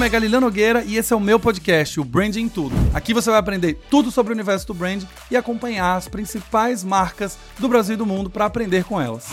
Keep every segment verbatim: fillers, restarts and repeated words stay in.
nome é Galileu Nogueira e esse é o meu podcast, o Branding Tudo. Aqui você vai aprender tudo sobre o universo do branding e acompanhar as principais marcas do Brasil e do mundo para aprender com elas.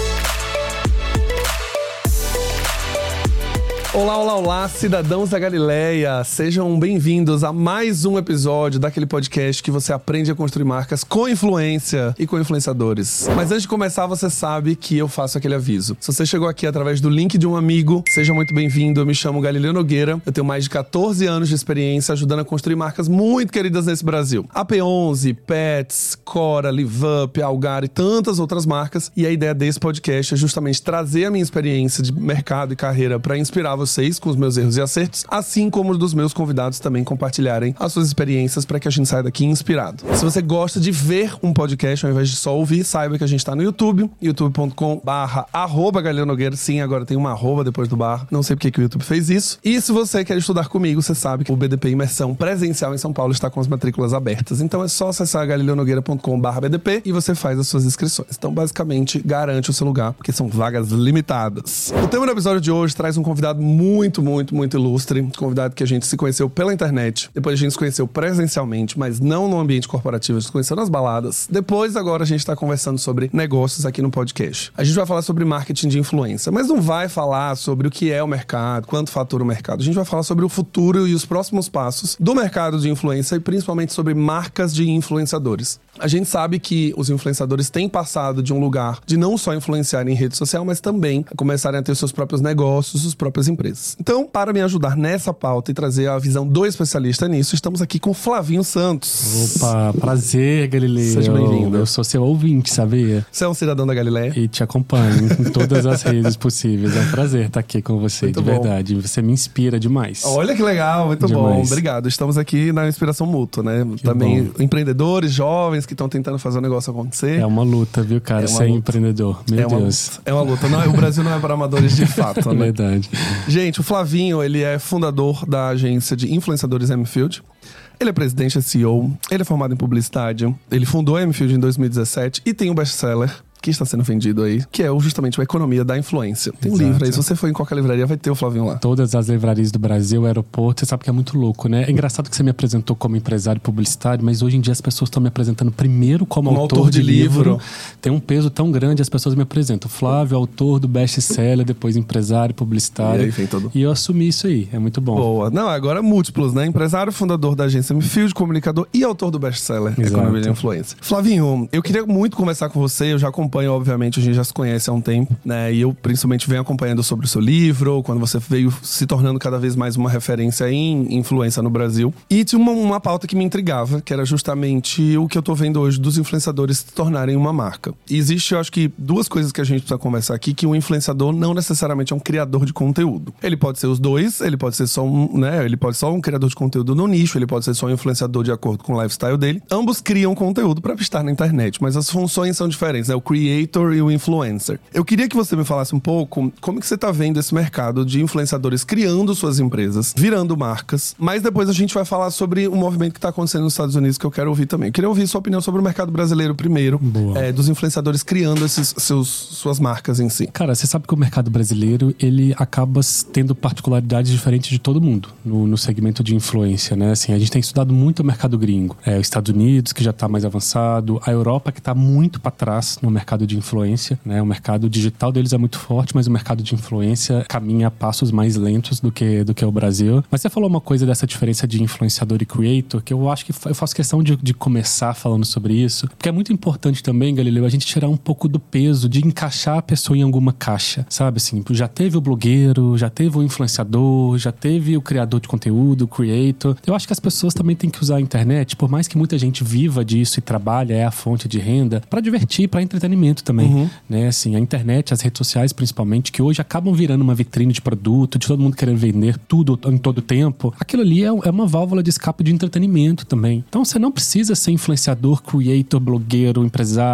Olá, olá, olá, cidadãos da Galileia! Sejam bem-vindos a mais um episódio daquele podcast que você aprende a construir marcas com influência e com influenciadores. Mas antes de começar, você sabe que eu faço aquele aviso. Se você chegou aqui através do link de um amigo, seja muito bem-vindo. Eu me chamo Galileu Nogueira, eu tenho mais de catorze anos de experiência ajudando a construir marcas muito queridas nesse Brasil. A P onze, Pets, Cora, LiveUp, Algar e tantas outras marcas. E a ideia desse podcast é justamente trazer a minha experiência de mercado e carreira para inspirar vocês com os meus erros e acertos, assim como os dos meus convidados também compartilharem as suas experiências para que a gente saia daqui inspirado. Se você gosta de ver um podcast ao invés de só ouvir, saiba que a gente tá no YouTube, youtube ponto com barra arroba Galileu Nogueira. Sim, agora tem uma arroba depois do barra. Não sei porque que o YouTube fez isso. E se você quer estudar comigo, você sabe que o B D P Imersão presencial em São Paulo está com as matrículas abertas. Então é só acessar galileu nogueira ponto com barra B D P e você faz as suas inscrições. Então basicamente garante o seu lugar, porque são vagas limitadas. O tema do episódio de hoje traz um convidado muito, muito, muito ilustre. Convidado que a gente se conheceu pela internet. Depois a gente se conheceu presencialmente, mas não no ambiente corporativo. A gente se conheceu nas baladas. Depois, agora, a gente tá conversando sobre negócios aqui no podcast. A gente vai falar sobre marketing de influência, mas não vai falar sobre o que é o mercado, quanto fatura o mercado. A gente vai falar sobre o futuro e os próximos passos do mercado de influência e principalmente sobre marcas de influenciadores. A gente sabe que os influenciadores têm passado de um lugar de não só influenciar em rede social, mas também começarem a ter os seus próprios negócios, suas próprias empresas. Então, para me ajudar nessa pauta e trazer a visão do especialista nisso, estamos aqui com Flavinho Santos. Opa, prazer, Galileu. Seja bem-vindo. Eu sou seu ouvinte, sabia? Você é um cidadão da Galileia? E te acompanho em todas as redes possíveis. É um prazer estar aqui com você, muito de bom. Verdade. Você me inspira demais. Olha que legal, muito demais. Bom. Obrigado. Estamos aqui na inspiração mútua, né? Que também bom. Empreendedores, jovens que estão tentando fazer o negócio acontecer. É uma luta, viu, cara? É Ser luta. Empreendedor. Meu é Deus. Luta. É uma luta. Não, o Brasil não é para amadores de fato, né? Verdade. Gente, o Flavinho, ele é fundador da agência de influenciadores M-Field. Ele é presidente, é C E O, ele é formado em publicidade, ele fundou a M-Field em dois mil e dezessete e tem um best-seller que está sendo vendido aí, que é justamente a economia da influência. Tem um Exato. livro aí, se você for em qualquer livraria, vai ter o Flavinho lá. Todas as livrarias do Brasil, aeroporto, você sabe que é muito louco, né? É engraçado que você me apresentou como empresário publicitário, mas hoje em dia as pessoas estão me apresentando primeiro como um autor, autor de, de livro. livro. Tem um peso tão grande, as pessoas me apresentam. Flávio, autor do best-seller, depois empresário publicitário. E aí vem todo. E eu assumi isso aí, é muito bom. Boa. Não, agora múltiplos, né? Empresário, fundador da agência M-Field, comunicador e autor do best-seller Economia da Influência. Flavinho, eu queria muito conversar com você, eu já acompanho, obviamente, a gente já se conhece há um tempo, né? E eu principalmente venho acompanhando sobre o seu livro, quando você veio se tornando cada vez mais uma referência em influência no Brasil. E tinha uma, uma pauta que me intrigava, que era justamente o que eu tô vendo hoje dos influenciadores se tornarem uma marca. E existe, eu acho que, duas coisas que a gente precisa conversar aqui, que o influenciador não necessariamente é um criador de conteúdo. Ele pode ser os dois, ele pode ser só um, né? Ele pode ser só um criador de conteúdo no nicho, ele pode ser só um influenciador de acordo com o lifestyle dele. Ambos criam conteúdo para estar na internet, mas as funções são diferentes, né? O creator e o influencer. Eu queria que você me falasse um pouco como que você tá vendo esse mercado de influenciadores criando suas empresas, virando marcas, mas depois a gente vai falar sobre o movimento que tá acontecendo nos Estados Unidos, que eu quero ouvir também. Eu queria ouvir sua opinião sobre o mercado brasileiro primeiro, é, dos influenciadores criando esses, seus, suas marcas em si. Cara, você sabe que o mercado brasileiro, ele acaba tendo particularidades diferentes de todo mundo no, no segmento de influência, né? Assim, a gente tem estudado muito o mercado gringo. É, os Estados Unidos, que já tá mais avançado, a Europa, que tá muito para trás no mercado de influência, né? O mercado digital deles é muito forte, mas o mercado de influência caminha a passos mais lentos do que, do que o Brasil. Mas você falou uma coisa dessa diferença de influenciador e creator, que eu acho que eu faço questão de, de começar falando sobre isso, porque é muito importante também, Galileu, a gente tirar um pouco do peso de encaixar a pessoa em alguma caixa, sabe? Assim, já teve o blogueiro, já teve o influenciador, já teve o criador de conteúdo, o creator. Eu acho que as pessoas também têm que usar a internet, por mais que muita gente viva disso e trabalha, é a fonte de renda, para divertir, para entretenimento também, uhum. né? Assim, a internet, as redes sociais principalmente, que hoje acabam virando uma vitrine de produto, de todo mundo querendo vender tudo em todo tempo, aquilo ali é, é uma válvula de escape de entretenimento também. Então você não precisa ser influenciador, creator, blogueiro, empresário.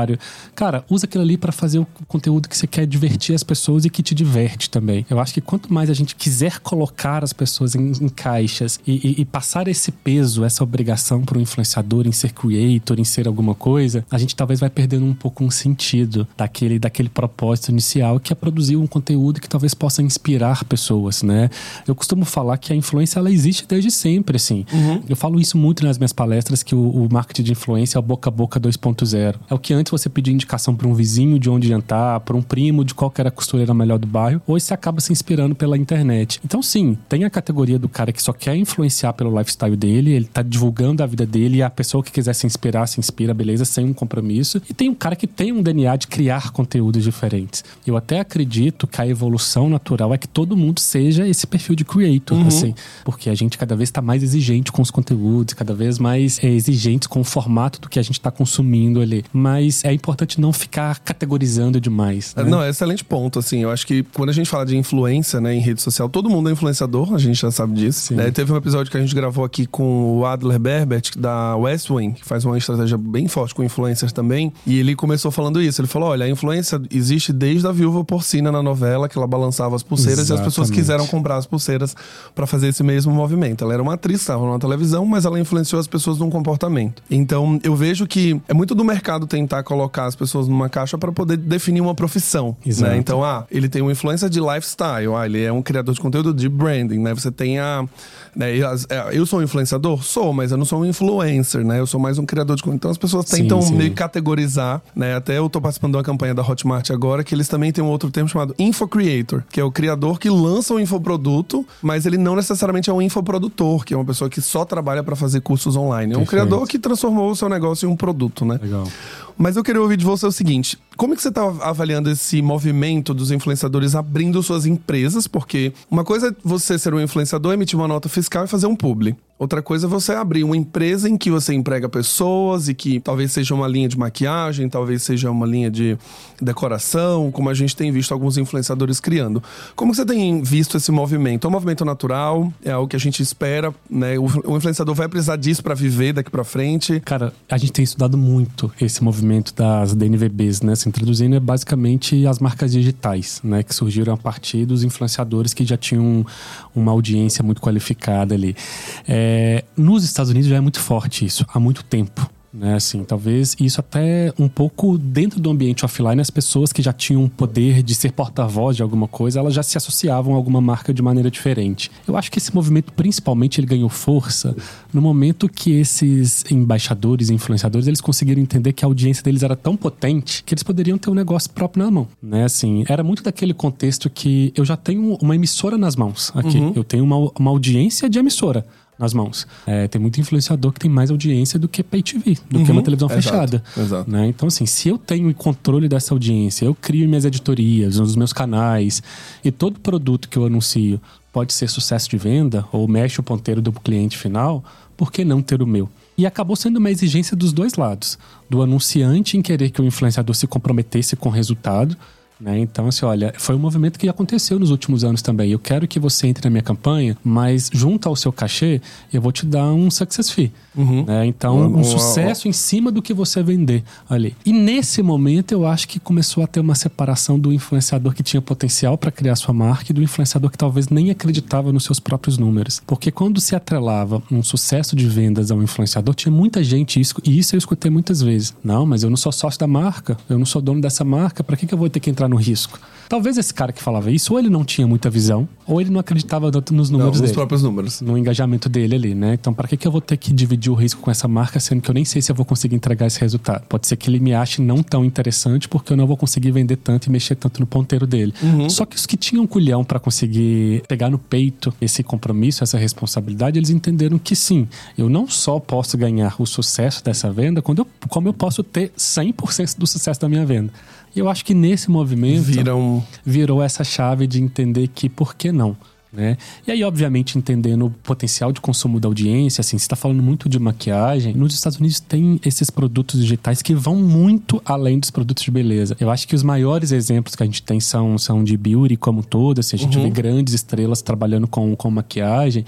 cara, usa aquilo ali para fazer o conteúdo que você quer divertir as pessoas e que te diverte também. Eu acho que quanto mais a gente quiser colocar as pessoas em, em caixas e, e, e passar esse peso, essa obrigação para o influenciador em ser creator, em ser alguma coisa, a gente talvez vai perdendo um pouco um sentido daquele, daquele propósito inicial, que é produzir um conteúdo que talvez possa inspirar pessoas, né? Eu costumo falar que a influência, ela existe desde sempre, assim. Uhum. Eu falo isso muito nas minhas palestras, que o, o marketing de influência é o boca a boca dois ponto zero. É o que antes você pedia indicação para um vizinho de onde jantar, para um primo de qual que era a costureira melhor do bairro, hoje você acaba se inspirando pela internet. Então sim, tem a categoria do cara que só quer influenciar pelo lifestyle dele, ele tá divulgando a vida dele, e a pessoa que quiser se inspirar, se inspira, beleza, sem um compromisso. E tem um cara que tem um D N A de criar conteúdos diferentes. Eu até acredito que a evolução natural é que todo mundo seja esse perfil de creator, uhum. assim, porque a gente cada vez tá mais exigente com os conteúdos, cada vez mais é, exigentes com o formato do que a gente tá consumindo ali. Mas é importante não ficar categorizando demais, né? Não, é excelente ponto, assim. Eu acho que quando a gente fala de influência, né, em rede social, todo mundo é influenciador, a gente já sabe disso. Né? Teve um episódio que a gente gravou aqui com o Adler Berbert, da Westwing, que faz uma estratégia bem forte com influencers também, e ele começou falando isso. Ele falou, olha, a influência existe desde a viúva porcina na novela, que ela balançava as pulseiras. Exatamente. E as pessoas quiseram comprar as pulseiras para fazer esse mesmo movimento. Ela era uma atriz, estava na televisão, mas ela influenciou as pessoas num comportamento. Então, eu vejo que é muito do mercado tentar colocar as pessoas numa caixa para poder definir uma profissão, né? Então, ah, ele tem uma influência de lifestyle, ah, ele é um criador de conteúdo de branding, né? Você tem a... Né, eu sou um influenciador? Sou, mas eu não sou um influencer, né? Eu sou mais um criador de conteúdo. Então, as pessoas tentam sim, sim. meio categorizar, né? Até eu tô participando de uma campanha da Hotmart agora, que eles também têm um outro termo chamado infocreator, que é o criador que lança um infoproduto, mas ele não necessariamente é um infoprodutor, que é uma pessoa que só trabalha para fazer cursos online. É um Perfeito. criador que transformou o seu negócio em um produto, né? Legal. Mas eu queria ouvir de você o seguinte, como é que você está avaliando esse movimento dos influenciadores abrindo suas empresas? Porque uma coisa é você ser um influenciador, emitir uma nota fiscal e fazer um publi. Outra coisa é você abrir uma empresa em que você emprega pessoas e que talvez seja uma linha de maquiagem, talvez seja uma linha de decoração, como a gente tem visto alguns influenciadores criando. Como você tem visto esse movimento? É um movimento natural? É algo que a gente espera, né? O, o influenciador vai precisar disso para viver daqui para frente? Cara, a gente tem estudado muito esse movimento das D N V Bs, né? Assim, traduzindo, é basicamente as marcas digitais, né? Que surgiram a partir dos influenciadores que já tinham uma audiência muito qualificada ali. É, É, nos Estados Unidos já é muito forte isso, há muito tempo. Né, assim, talvez isso até um pouco dentro do ambiente offline, as pessoas que já tinham o poder de ser porta-voz de alguma coisa, elas já se associavam a alguma marca de maneira diferente. Eu acho que esse movimento, principalmente, ele ganhou força no momento que esses embaixadores e influenciadores, eles conseguiram entender que a audiência deles era tão potente que eles poderiam ter um negócio próprio na mão, né, assim, era muito daquele contexto que eu já tenho uma emissora nas mãos aqui, uhum. eu tenho uma, uma audiência de emissora nas mãos. É, tem muito influenciador que tem mais audiência do que pay T V, do uhum, que uma televisão exato, fechada. Exato. Né? Então, assim, se eu tenho controle dessa audiência, eu crio minhas editorias, os meus canais, e todo produto que eu anuncio pode ser sucesso de venda, ou mexe o ponteiro do cliente final, por que não ter o meu? E acabou sendo uma exigência dos dois lados. Do anunciante em querer que o influenciador se comprometesse com o resultado, né? Então, assim, olha, foi um movimento que aconteceu nos últimos anos também. Eu quero que você entre na minha campanha, mas junto ao seu cachê, eu vou te dar um success fee. Uhum. Né? Então, um, um sucesso um, um, em cima do que você vender ali. E nesse momento, eu acho que começou a ter uma separação do influenciador que tinha potencial para criar sua marca e do influenciador que talvez nem acreditava nos seus próprios números. Porque quando se atrelava um sucesso de vendas ao influenciador, tinha muita gente, isso, e isso eu escutei muitas vezes. Não, mas eu não sou sócio da marca, eu não sou dono dessa marca, para que, que eu vou ter que entrar no risco? Talvez esse cara que falava isso, ou ele não tinha muita visão, ou ele não acreditava nos números não, nos dele. Nos próprios números. No engajamento dele ali, né? Então, para que, que eu vou ter que dividir o risco com essa marca, sendo que eu nem sei se eu vou conseguir entregar esse resultado? Pode ser que ele me ache não tão interessante, porque eu não vou conseguir vender tanto e mexer tanto no ponteiro dele. Uhum. Só que os que tinham culhão para conseguir pegar no peito esse compromisso, essa responsabilidade, eles entenderam que sim, eu não só posso ganhar o sucesso dessa venda, quando eu, como eu posso ter cem por cento do sucesso da minha venda. E eu acho que nesse movimento Viram... virou essa chave de entender que por que não? né? E aí, obviamente, entendendo o potencial de consumo da audiência, assim, você está falando muito de maquiagem, nos Estados Unidos tem esses produtos digitais que vão muito além dos produtos de beleza. Eu acho que os maiores exemplos que a gente tem são, são de beauty como um todo, assim, a gente uhum. vê grandes estrelas trabalhando com, com maquiagem,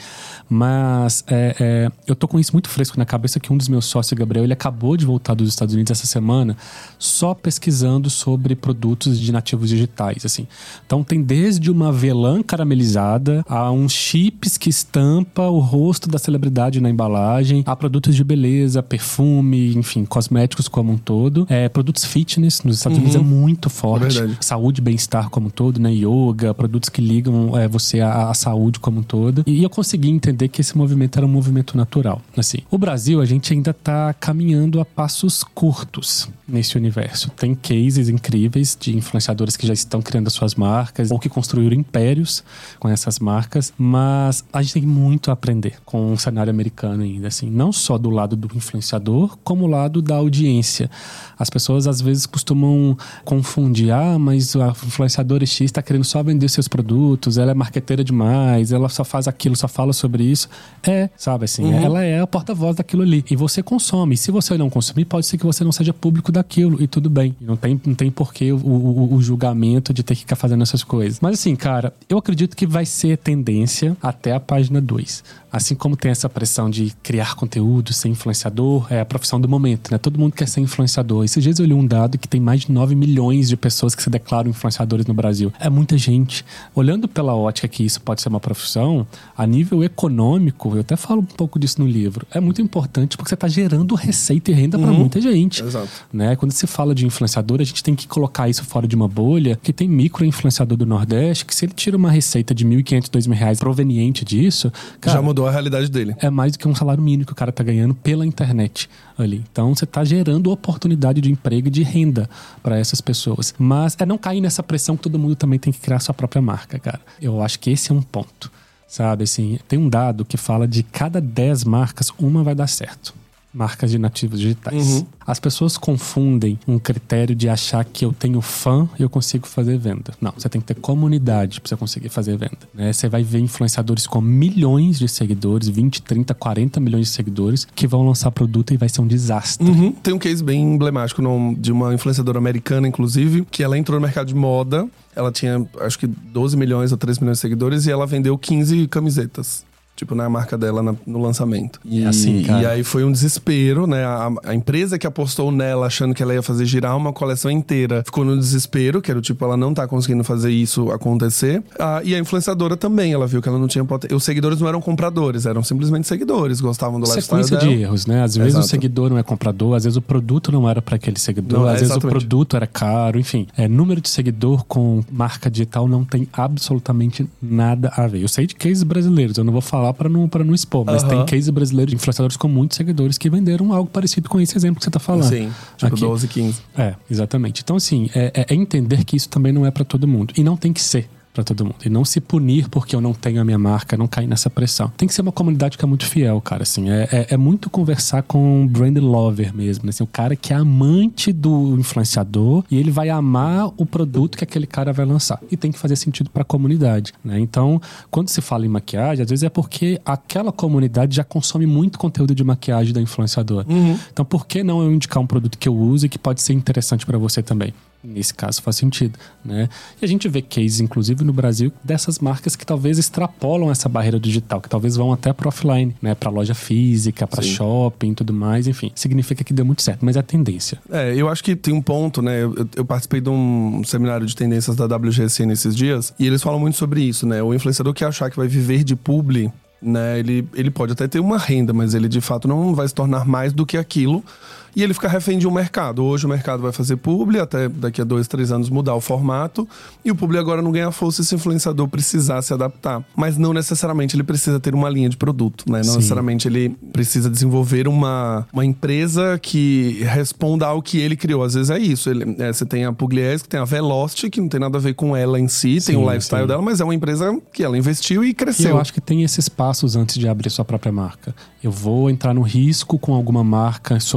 mas é, é, eu tô com isso muito fresco na cabeça que um dos meus sócios, Gabriel, ele acabou de voltar dos Estados Unidos essa semana só pesquisando sobre produtos de nativos digitais, assim. Então tem desde uma avelã caramelizada a uns chips que estampa o rosto da celebridade na embalagem, a produtos de beleza, perfume, enfim, cosméticos como um todo. É, produtos fitness nos Estados uhum. Unidos é muito forte. É saúde e bem-estar como um todo, né? Yoga, produtos que ligam é, você à, à saúde como um todo. E eu consegui entender que esse movimento era um movimento natural. Assim, o Brasil, a gente ainda está caminhando a passos curtos nesse universo. Tem cases incríveis de influenciadores que já estão criando as suas marcas ou que construíram impérios com essas marcas, mas a gente tem muito a aprender com o cenário americano ainda, assim, não só do lado do influenciador, como o lado da audiência. As pessoas às vezes costumam confundir, ah, mas a influenciadora X está querendo só vender seus produtos, ela é marqueteira demais, ela só faz aquilo, só fala sobre isso. É, sabe assim, uhum. ela é a porta-voz daquilo ali. E você consome. E se você não consumir, pode ser que você não seja público daquilo, e tudo bem. Não tem, não tem porquê o, o, o julgamento de ter que ficar fazendo essas coisas. Mas assim, cara, eu acredito que vai ser tendência até a página dois. Assim como tem essa pressão de criar conteúdo, ser influenciador, é a profissão do momento, né? Todo mundo quer ser influenciador. Esses dias eu li um dado que tem mais de nove milhões de pessoas que se declaram influenciadores no Brasil. É muita gente. Olhando pela ótica que isso pode ser uma profissão, a nível econômico, eu até falo um pouco disso no livro, é muito importante porque você está gerando receita e renda uhum. para muita gente. Exato. Né? Quando se fala de influenciador, a gente tem que colocar isso fora de uma bolha, que tem micro-influenciador do Nordeste, que se ele tira uma receita de mil e quinhentos, dois mil reais proveniente disso, cara, já mudou a realidade dele. É mais do que um salário mínimo que o cara tá ganhando pela internet ali. Então você tá gerando oportunidade de emprego e de renda para essas pessoas. Mas é não cair nessa pressão que todo mundo também tem que criar sua própria marca, cara. Eu acho que esse é um ponto, sabe? Assim, tem um dado que fala de cada dez marcas, uma vai dar certo. Marcas de nativos digitais. Uhum. As pessoas confundem um critério de achar que eu tenho fã e eu consigo fazer venda. Não, você tem que ter comunidade para você conseguir fazer venda, né? Você vai ver influenciadores com milhões de seguidores, vinte, trinta, quarenta milhões de seguidores, que vão lançar produto e vai ser um desastre. Uhum. Tem um case bem emblemático de uma influenciadora americana, inclusive, que ela entrou no mercado de moda. Ela tinha, acho que doze milhões ou treze milhões de seguidores e ela vendeu quinze camisetas. Tipo, na marca dela na, no lançamento. E, é assim, cara. E aí foi um desespero, né? A, a empresa que apostou nela, achando que ela ia fazer girar uma coleção inteira, ficou no desespero, que era o tipo, ela não tá conseguindo fazer isso acontecer. Ah, e a influenciadora também, ela viu que ela não tinha potência. Os seguidores não eram compradores, eram simplesmente seguidores, gostavam do lifestyle Sequência dela. de erros, né? Às vezes Exato. o seguidor não é comprador, às vezes o produto não era para aquele seguidor, não, às é, vezes exatamente. o produto era caro, enfim. É, número de seguidor com marca digital não tem absolutamente nada a ver. Eu sei de cases brasileiros, eu não vou falar para não, pra não expor. Pô, mas uhum. tem case brasileiro de influenciadores com muitos seguidores que venderam algo parecido com esse exemplo que você tá falando. Sim, tipo aqui. doze, quinze. É, exatamente. Então, assim, é, é entender que isso também não é pra todo mundo. E não tem que ser pra todo mundo. E não se punir porque eu não tenho a minha marca, não cair nessa pressão. Tem que ser uma comunidade que é muito fiel, cara, assim. É, é, é muito conversar com um brand lover mesmo, né? Assim, o cara que é amante do influenciador e ele vai amar o produto que aquele cara vai lançar. E tem que fazer sentido pra comunidade, né? Então, quando se fala em maquiagem, às vezes é porque aquela comunidade já consome muito conteúdo de maquiagem da influenciadora. Uhum. Então, por que não eu indicar um produto que eu uso e que pode ser interessante pra você também? Nesse caso faz sentido, né? E a gente vê cases, inclusive no Brasil, dessas marcas que talvez extrapolam essa barreira digital, que talvez vão até para offline, né? Para loja física, para shopping e tudo mais, enfim. Significa que deu muito certo, mas é a tendência. É, eu acho que tem um ponto, né? Eu, eu participei de um seminário de tendências da W G C nesses dias e eles falam muito sobre isso, né? O influenciador que achar que vai viver de publi, né? Ele, ele pode até ter uma renda, mas ele de fato não vai se tornar mais do que aquilo. E ele fica refém de um mercado. Hoje o mercado vai fazer publi, até daqui a dois, três anos mudar o formato. E o publi agora não ganha força se esse influenciador precisar se adaptar. Mas não necessariamente ele precisa ter uma linha de produto, né? Não Sim. necessariamente ele precisa desenvolver uma, uma empresa que responda ao que ele criou. Às vezes é isso. Ele, é, você tem a Pugliese, que tem a Velocity, que não tem nada a ver com ela em si, sim, tem o lifestyle sim. dela, mas é uma empresa que ela investiu e cresceu. E eu acho que tem esses passos antes de abrir sua própria marca. Eu vou entrar no risco com alguma marca sobre sucesso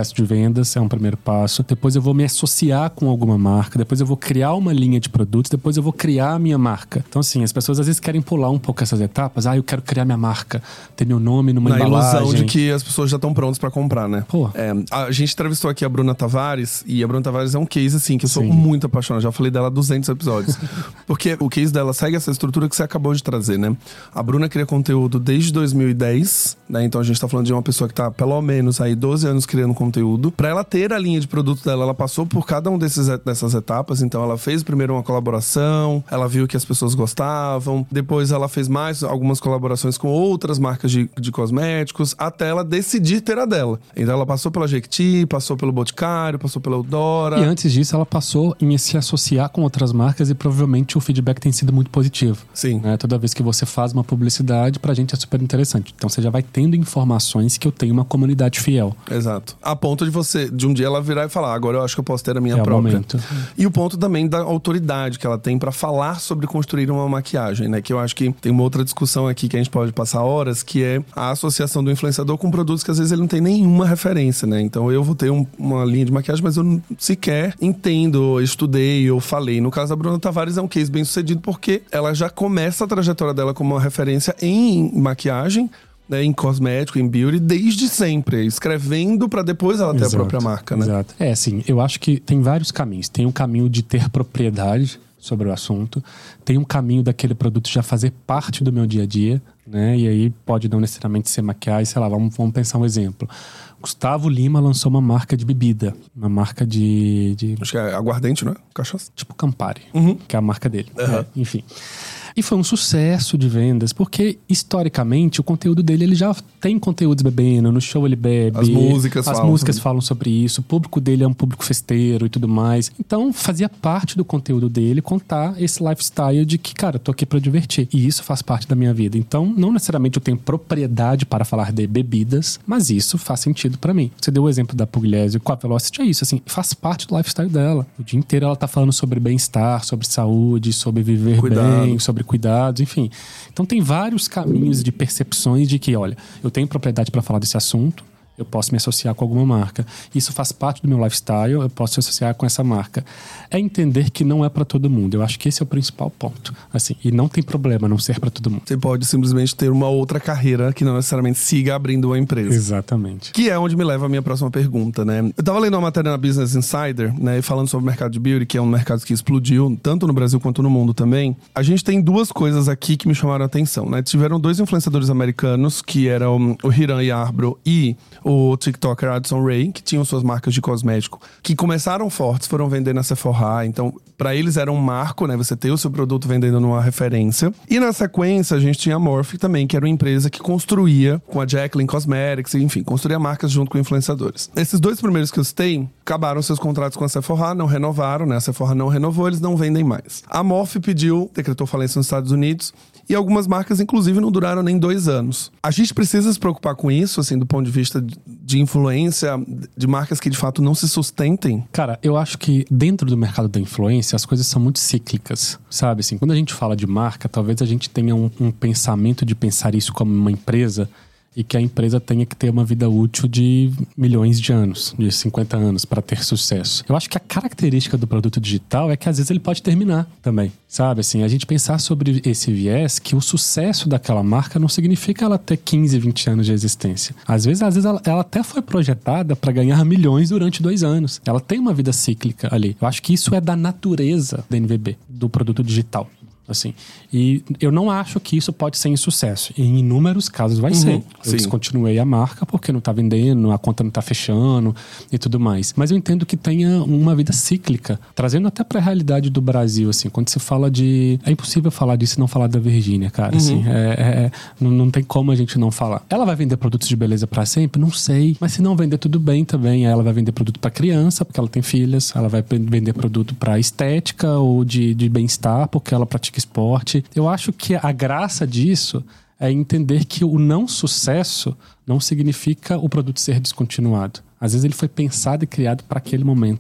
processo de vendas, é um primeiro passo. Depois eu vou me associar com alguma marca, depois eu vou criar uma linha de produtos, depois eu vou criar a minha marca. Então, assim, as pessoas às vezes querem pular um pouco essas etapas. Ah, eu quero criar minha marca, ter meu nome numa Na embalagem. ilusão de que as pessoas já estão prontas pra comprar, né? Pô. É, a gente entrevistou aqui a Bruna Tavares, e a Bruna Tavares é um case, assim, que eu sou Sim. muito apaixonado. Já falei dela há duzentos episódios. Porque o case dela segue essa estrutura que você acabou de trazer, né? A Bruna cria conteúdo desde dois mil e dez, né? Então a gente tá falando de uma pessoa que tá pelo menos aí doze anos criando conteúdo. Pra ela ter a linha de produto dela, ela passou por cada um desses, dessas etapas. Então ela fez primeiro uma colaboração, ela viu que as pessoas gostavam, depois ela fez mais algumas colaborações com outras marcas de, de cosméticos, até ela decidir ter a dela. Então ela passou pela Jequiti, passou pelo Boticário, passou pela Eudora. E antes disso, ela passou em se associar com outras marcas e provavelmente o feedback tem sido muito positivo. Sim. Né? Toda vez que você faz uma publicidade, pra gente é super interessante. Então você já vai tendo informações que eu tenho uma comunidade fiel. Exato. A ponto de você, de um dia ela virar e falar, agora eu acho que eu posso ter a minha É o própria. momento. E o ponto também da autoridade que ela tem pra falar sobre construir uma maquiagem, né? Que eu acho que tem uma outra discussão aqui que a gente pode passar horas, que é a associação do influenciador com produtos que às vezes ele não tem nenhuma referência, né? Então eu vou ter um, uma linha de maquiagem, mas eu não sequer entendo, estudei ou falei. No caso da Bruna Tavares é um case bem sucedido porque ela já começa a trajetória dela como uma referência em maquiagem, né, em cosmético, em beauty, desde sempre, escrevendo pra depois ela ter Exato, a própria marca, né? Exato. É, assim, eu acho que tem vários caminhos. Tem um caminho de ter propriedade sobre o assunto, tem um caminho daquele produto já fazer parte do meu dia a dia, né? E aí pode não necessariamente ser maquiagem, sei lá, vamos, vamos pensar um exemplo. Gustavo Lima lançou uma marca de bebida, uma marca de... de Acho que é aguardente, não é? Cachaça. tipo Campari, Uhum. que é a marca dele. Uhum. É, enfim. E foi um sucesso de vendas, porque historicamente o conteúdo dele, ele já tem conteúdos bebendo, no show ele bebe. As músicas As falam músicas sobre... falam sobre isso, o público dele é um público festeiro e tudo mais. Então fazia parte do conteúdo dele contar esse lifestyle de que, cara, eu tô aqui pra divertir. E isso faz parte da minha vida. Então não necessariamente eu tenho propriedade para falar de bebidas, mas isso faz sentido pra mim. Você deu o exemplo da Pugliese com a Velocity, é isso, assim, faz parte do lifestyle dela. O dia inteiro ela tá falando sobre bem-estar, sobre saúde, sobre viver Cuidado. bem, sobre cuidados, enfim. Então tem vários caminhos de percepções de que, olha, eu tenho propriedade para falar desse assunto, eu posso me associar com alguma marca. Isso faz parte do meu lifestyle, eu posso me associar com essa marca. É entender que não é para todo mundo. Eu acho que esse é o principal ponto. Assim, e não tem problema não ser para todo mundo. Você pode simplesmente ter uma outra carreira que não necessariamente siga abrindo uma empresa. Exatamente. Que é onde me leva a minha próxima pergunta, né? Eu tava lendo uma matéria na Business Insider, né? Falando sobre o mercado de beauty, que é um mercado que explodiu, tanto no Brasil quanto no mundo também. A gente tem duas coisas aqui que me chamaram a atenção, né? Tiveram dois influenciadores americanos, que eram o Hiram Yarbrough e o TikToker Addison Rae, que tinham suas marcas de cosmético, que começaram fortes, foram vender na Sephora. Então, pra eles era um marco, né? Você ter o seu produto vendendo numa referência. E na sequência, a gente tinha a Morphe também, que era uma empresa que construía com a Jacqueline Cosmetics, enfim, construía marcas junto com influenciadores. Esses dois primeiros que eu citei, acabaram seus contratos com a Sephora, não renovaram, né? A Sephora não renovou, eles não vendem mais. A Morphe pediu, decretou falência nos Estados Unidos, e algumas marcas, inclusive, não duraram nem dois anos. A gente precisa se preocupar com isso, assim, do ponto de vista de influência, de marcas que, de fato, não se sustentem? Cara, eu acho que dentro do mercado da influência, as coisas são muito cíclicas, sabe? Assim, quando a gente fala de marca, talvez a gente tenha um, um pensamento de pensar isso como uma empresa e que a empresa tenha que ter uma vida útil de milhões de anos, de cinquenta anos, para ter sucesso. Eu acho que a característica do produto digital é que às vezes ele pode terminar também, sabe? Assim, a gente pensar sobre esse viés que o sucesso daquela marca não significa ela ter quinze, vinte anos de existência. Às vezes, às vezes ela, ela até foi projetada para ganhar milhões durante dois anos. Ela tem uma vida cíclica ali. Eu acho que isso é da natureza da N V B, do produto digital. Assim, e eu não acho que isso pode ser insucesso. Em inúmeros casos vai Uhum, ser. Eu sim. descontinuei a marca porque não tá vendendo, a conta não tá fechando e tudo mais. Mas eu entendo que tenha uma vida cíclica, trazendo até pra realidade do Brasil, assim, quando se fala de... É impossível falar disso e não falar da Virgínia, cara, Uhum. assim, é, é, não, não tem como a gente não falar. Ela vai vender produtos de beleza pra sempre? Não sei, mas se não vender, tudo bem também. Ela vai vender produto pra criança, porque ela tem filhas, ela vai vender produto pra estética ou de, de bem-estar, porque ela pratica esporte. Eu acho que a graça disso é entender que o não sucesso não significa o produto ser descontinuado. Às vezes ele foi pensado e criado para aquele momento.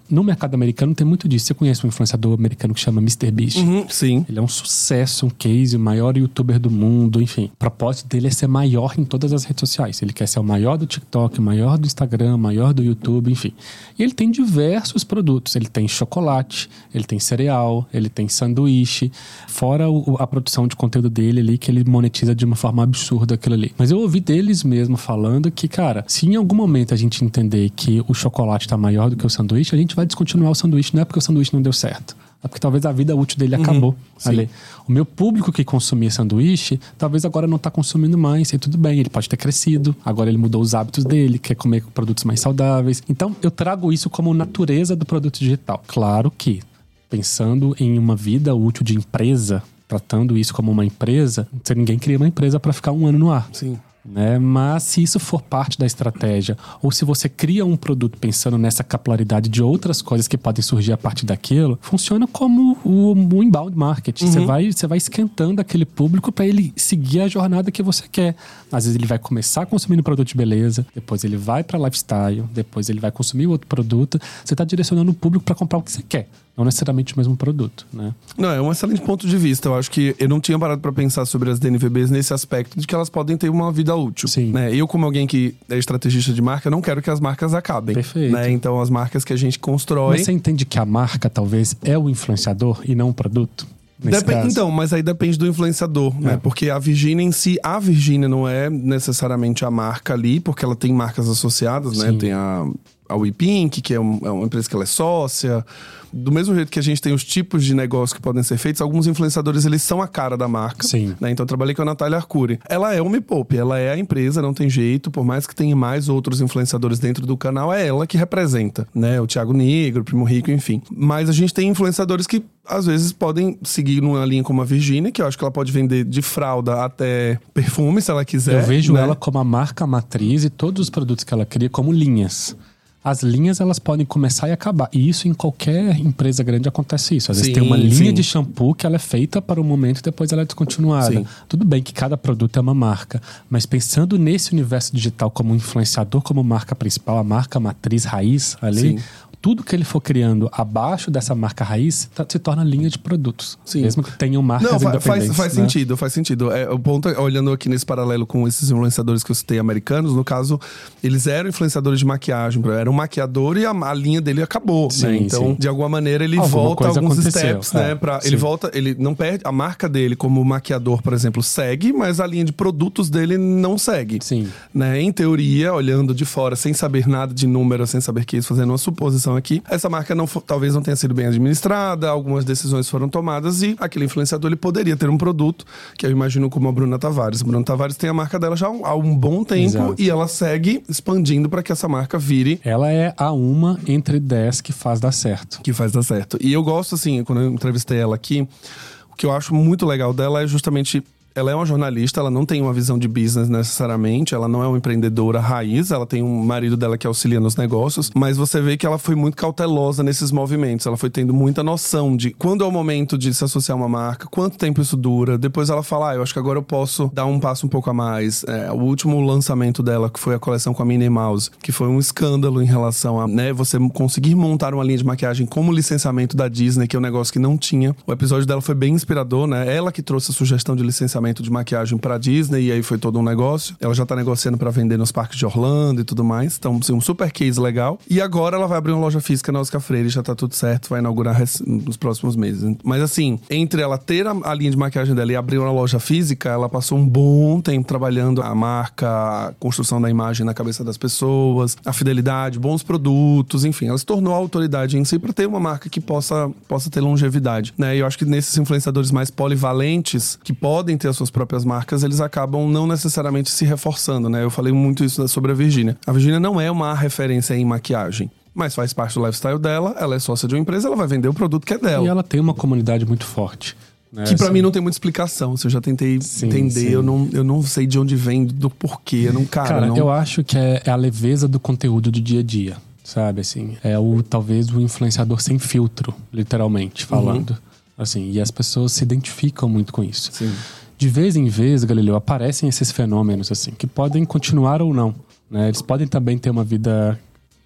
no mercado americano tem muito disso. Você conhece um influenciador americano que chama mister Beast? Uhum, sim. Ele é um sucesso, um case, o maior youtuber do mundo, enfim. O propósito dele é ser maior em todas as redes sociais. Ele quer ser o maior do TikTok, o maior do Instagram, o maior do YouTube, enfim. E ele tem diversos produtos. Ele tem chocolate, ele tem cereal, ele tem sanduíche, fora o, a produção de conteúdo dele ali, que ele monetiza de uma forma absurda aquilo ali. Mas eu ouvi deles mesmo falando que, cara, se em algum momento a gente entender que o chocolate tá maior do que o sanduíche, a gente vai descontinuar o sanduíche. Não é porque o sanduíche não deu certo. É porque talvez a vida útil dele acabou. Uhum, ali. O meu público que consumia sanduíche, talvez agora não está consumindo mais. E tudo bem, ele pode ter crescido. Agora ele mudou os hábitos dele, quer comer produtos mais saudáveis. Então, eu trago isso como natureza do produto digital. Claro que, pensando em uma vida útil de empresa, tratando isso como uma empresa, ninguém cria uma empresa para ficar um ano no ar. Sim. Né? Mas se isso for parte da estratégia, ou se você cria um produto pensando nessa capilaridade de outras coisas que podem surgir a partir daquilo, funciona como o, o inbound marketing. Uhum. Você vai, você vai esquentando aquele público para ele seguir a jornada que você quer. Às vezes ele vai começar consumindo produto de beleza, depois ele vai para lifestyle, depois ele vai consumir outro produto. Você está direcionando o público para comprar o que você quer, não necessariamente o mesmo produto, né? Não, é um excelente ponto de vista. Eu acho que eu não tinha parado para pensar sobre as D N V Bs nesse aspecto de que elas podem ter uma vida útil. Sim. Né? Eu, como alguém que é estrategista de marca, não quero que as marcas acabem. Perfeito. Né? Então, as marcas que a gente constrói... Mas você entende que a marca talvez é o influenciador e não o produto? Dep- então, mas aí depende do influenciador, é. né? Porque a Virgínia em si, a Virgínia não é necessariamente a marca ali, porque ela tem marcas associadas, né? Sim. Tem a, a WePink, que é, um, é uma empresa que ela é sócia. Do mesmo jeito que a gente tem os tipos de negócio que podem ser feitos, alguns influenciadores, eles são a cara da marca. Sim. Né? Então, eu trabalhei com a Natália Arcuri. Ela é o Me Poupe, ela é a empresa, não tem jeito. Por mais que tenha mais outros influenciadores dentro do canal, é ela que representa, né? O Thiago Negro, o Primo Rico, enfim. Mas a gente tem influenciadores que, às vezes, podem seguir numa linha como a Virgínia, que eu acho que ela pode vender de fralda até perfume, se ela quiser. Eu vejo né? ela como a marca matriz e todos os produtos que ela cria como linhas. As linhas, elas podem começar e acabar. E isso em qualquer empresa grande acontece isso. Às vezes Sim, tem uma linha sim. de shampoo que ela é feita para o momento e depois ela é descontinuada. Sim. Tudo bem que cada produto é uma marca. Mas pensando nesse universo digital como influenciador, como marca principal, a marca matriz raiz ali... Sim. Tudo que ele for criando abaixo dessa marca raiz se torna linha de produtos. Sim. Mesmo que tenham marcas Não, independentes. faz, faz né? sentido, faz sentido. É, o ponto é, olhando aqui nesse paralelo com esses influenciadores que eu citei americanos, no caso, eles eram influenciadores de maquiagem, era um maquiador e a, a linha dele acabou. Sim, né? Então, sim. de alguma maneira, ele Alguma volta coisa alguns aconteceu, steps, né? é, Pra, sim. ele volta, ele não perde. A marca dele, como maquiador, por exemplo, segue, mas a linha de produtos dele não segue. Sim. Né? Em teoria, olhando de fora, sem saber nada de número, sem saber que isso, fazendo uma suposição aqui, essa marca não for, talvez não tenha sido bem administrada, algumas decisões foram tomadas e aquele influenciador ele poderia ter um produto, que eu imagino como a Bruna Tavares. A Bruna Tavares tem a marca dela já há um, há um bom tempo. Exato. E ela segue expandindo para que essa marca vire... Ela é a uma entre dez que faz dar certo. Que faz dar certo. E eu gosto, assim, quando eu entrevistei ela aqui, o que eu acho muito legal dela é justamente... Ela é uma jornalista, ela não tem uma visão de business necessariamente, ela não é uma empreendedora raiz, ela tem um marido dela que auxilia nos negócios, mas você vê que ela foi muito cautelosa nesses movimentos, ela foi tendo muita noção de quando é o momento de se associar a uma marca, quanto tempo isso dura, depois ela fala, ah, eu acho que agora eu posso dar um passo um pouco a mais. É, o último lançamento dela, que foi a coleção com a Minnie Mouse, que foi um escândalo em relação a, né, você conseguir montar uma linha de maquiagem como licenciamento da Disney, que é um negócio que não tinha. O episódio dela foi bem inspirador, né, ela que trouxe a sugestão de licenciamento de maquiagem pra Disney, e aí foi todo um negócio. Ela já tá negociando pra vender nos parques de Orlando e tudo mais. Então, assim, um super case legal. E agora ela vai abrir uma loja física na Oscar Freire, já tá tudo certo, vai inaugurar nos próximos meses. Mas assim, entre ela ter a, a linha de maquiagem dela e abrir uma loja física, ela passou um bom tempo trabalhando a marca, a construção da imagem na cabeça das pessoas, a fidelidade, bons produtos, enfim. Ela se tornou a autoridade em si pra ter uma marca que possa, possa ter longevidade, né? E eu acho que nesses influenciadores mais polivalentes, que podem ter as suas próprias marcas, eles acabam não necessariamente se reforçando, né? Eu falei muito isso sobre a Virgínia. A Virgínia não é uma referência em maquiagem, mas faz parte do lifestyle dela, ela é sócia de uma empresa, ela vai vender o produto que é dela. E ela tem uma comunidade muito forte. Né? Que pra assim, mim não tem muita explicação. Se eu já tentei sim, entender, sim. Eu, não, eu não sei de onde vem, do porquê. Eu não, cara, cara não... eu acho que é, é a leveza do conteúdo do dia a dia, sabe? Assim, é o, talvez o influenciador sem filtro, literalmente falando. Uhum. Assim, e as pessoas se identificam muito com isso. Sim. De vez em vez, Galileu, aparecem esses fenômenos assim, que podem continuar ou não, né? Eles podem também ter uma vida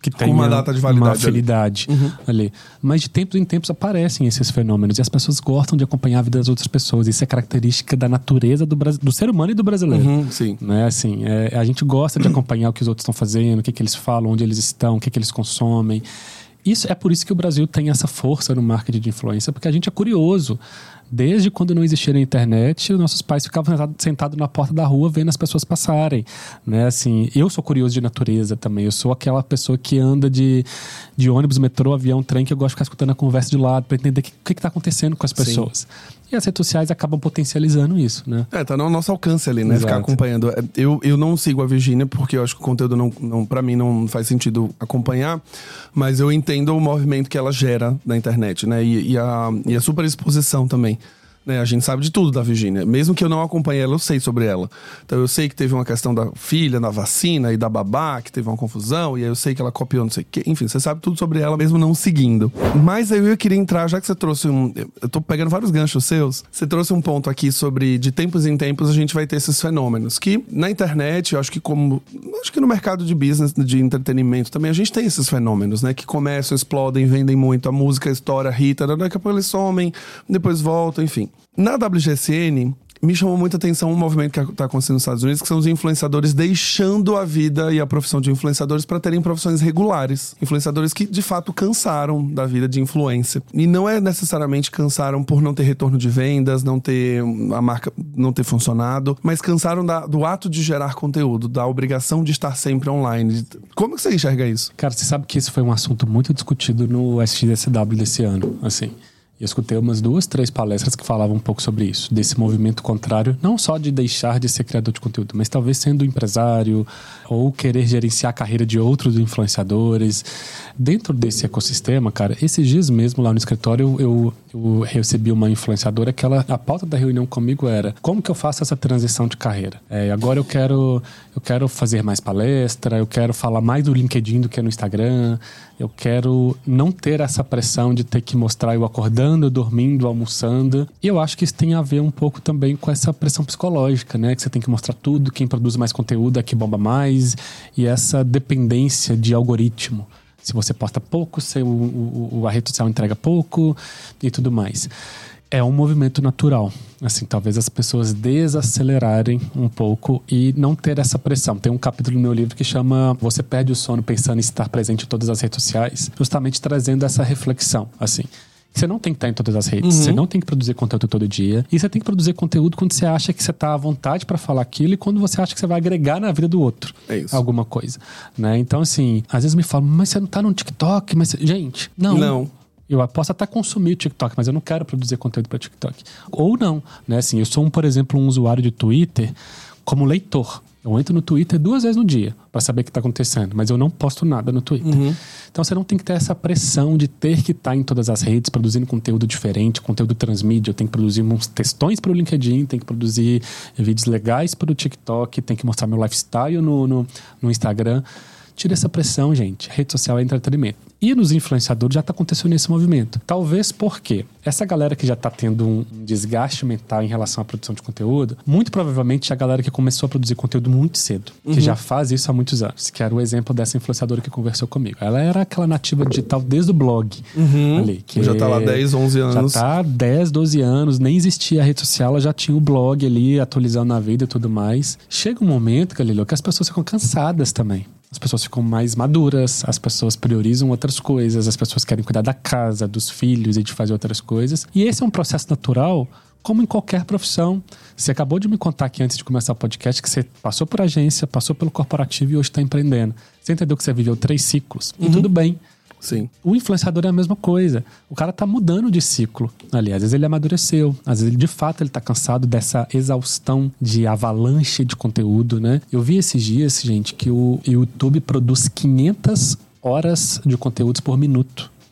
que tem uma data de validade, uma afinidade ali. Uhum. ali. Mas de tempos em tempos aparecem esses fenômenos e as pessoas gostam de acompanhar a vida das outras pessoas. Isso é característica da natureza do, do ser humano e do brasileiro. Uhum, sim. Né? Assim, é, a gente gosta de acompanhar o que os outros estão fazendo, o que, que eles falam, onde eles estão, o que, que eles consomem. Isso, é por isso que o Brasil tem essa força no marketing de influência, porque a gente é curioso. Desde quando não existia a internet, os nossos pais ficavam sentados na porta da rua vendo as pessoas passarem, né? Assim, eu sou curioso de natureza também. Eu sou aquela pessoa que anda de, de ônibus, metrô, avião, trem, que eu gosto de ficar escutando a conversa de lado para entender o que, que está acontecendo com as pessoas. Sim. E as redes sociais acabam potencializando isso, né? É, tá no nosso alcance ali, né? Exato. Ficar acompanhando. Eu, eu não sigo a Virgínia porque eu acho que o conteúdo, não, não, pra mim, não faz sentido acompanhar. Mas eu entendo o movimento que ela gera na internet, né? E, e, a, e a superexposição também. Né, a gente sabe de tudo da Virgínia. Mesmo que eu não acompanhe ela, eu sei sobre ela. Então eu sei que teve uma questão da filha, da vacina e da babá, que teve uma confusão. E aí eu sei que ela copiou não sei o quê. Enfim, você sabe tudo sobre ela, mesmo não seguindo. Mas aí eu queria entrar, já que você trouxe um... Eu tô pegando vários ganchos seus. Você trouxe um ponto aqui sobre, de tempos em tempos, a gente vai ter esses fenômenos. Que na internet, eu acho que como... Acho que no mercado de business, de entretenimento também, a gente tem esses fenômenos, né? Que começam, explodem, vendem muito. A música estoura, Rita, daqui a pouco eles somem, depois voltam, enfim. Na W G S N, me chamou muita atenção um movimento que está acontecendo nos Estados Unidos, que são os influenciadores deixando a vida e a profissão de influenciadores para terem profissões regulares. Influenciadores que, de fato, cansaram da vida de influência. E não é necessariamente cansaram por não ter retorno de vendas, não ter a marca não ter funcionado, mas cansaram da, do ato de gerar conteúdo, da obrigação de estar sempre online. Como que você enxerga isso? Cara, você sabe que isso foi um assunto muito discutido no S X S W desse ano, assim. Eu escutei umas duas, três palestras que falavam um pouco sobre isso, desse movimento contrário, não só de deixar de ser criador de conteúdo, mas talvez sendo empresário ou querer gerenciar a carreira de outros influenciadores. Dentro desse ecossistema, cara, esses dias mesmo lá no escritório eu, eu recebi uma influenciadora que ela, a pauta da reunião comigo era: como que eu faço essa transição de carreira? É, agora eu quero, eu quero fazer mais palestra, eu quero falar mais no LinkedIn do que no Instagram, eu quero não ter essa pressão de ter que mostrar eu acordando, dormindo, almoçando. E eu acho que isso tem a ver um pouco também com essa pressão psicológica, né? Que você tem que mostrar tudo, quem produz mais conteúdo é que bomba mais. E essa dependência de algoritmo. Se você posta pouco, se o, o, a rede social entrega pouco e tudo mais. É um movimento natural. Assim, talvez as pessoas desacelerarem um pouco e não ter essa pressão. Tem um capítulo no meu livro que chama Você Perde o Sono Pensando em Estar Presente em Todas as Redes Sociais, justamente trazendo essa reflexão, assim. Você não tem que estar em todas as redes, uhum. Você não tem que produzir conteúdo todo dia. E você tem que produzir conteúdo quando você acha que você está à vontade para falar aquilo e quando você acha que você vai agregar na vida do outro. É isso. Alguma coisa, né? Então, assim, às vezes me falam, mas você não está no TikTok? Mas, gente, não. Não. Eu posso até consumir o TikTok, mas eu não quero produzir conteúdo para TikTok. Ou não, né? Assim, eu sou, um, por exemplo, um usuário de Twitter como leitor. Eu entro no Twitter duas vezes no dia para saber o que está acontecendo, mas eu não posto nada no Twitter. Uhum. Então você não tem que ter essa pressão de ter que estar em todas as redes, produzindo conteúdo diferente, conteúdo transmídia. Eu tenho que produzir uns textões para o LinkedIn, tenho que produzir vídeos legais para o TikTok, tenho que mostrar meu lifestyle no, no, no Instagram. Tira essa pressão, gente. Rede social é entretenimento. E nos influenciadores já está acontecendo esse movimento. Talvez porque essa galera que já está tendo um desgaste mental em relação à produção de conteúdo, muito provavelmente é a galera que começou a produzir conteúdo muito cedo. Uhum. Que já faz isso há muitos anos. Que era o exemplo dessa influenciadora que conversou comigo. Ela era aquela nativa digital desde o blog. Uhum. Ali, que já está lá dez, onze anos. Já está há dez, doze anos. Nem existia a rede social. Ela já tinha o blog ali, atualizando a vida e tudo mais. Chega um momento, Galileu, que as pessoas ficam cansadas também. As pessoas ficam mais maduras, as pessoas priorizam outras coisas, as pessoas querem cuidar da casa, dos filhos e de fazer outras coisas. E esse é um processo natural, como em qualquer profissão. Você acabou de me contar aqui antes de começar o podcast que você passou por agência, passou pelo corporativo e hoje está empreendendo. Você entendeu que você viveu três ciclos e uhum. tudo bem. Sim. O influenciador é a mesma coisa. O cara tá mudando de ciclo. Ali, às vezes ele amadureceu. Às vezes, ele, de fato, ele tá cansado dessa exaustão de avalanche de conteúdo, né? Eu vi esses dias, gente, que o YouTube produz quinhentas horas de conteúdos por minuto.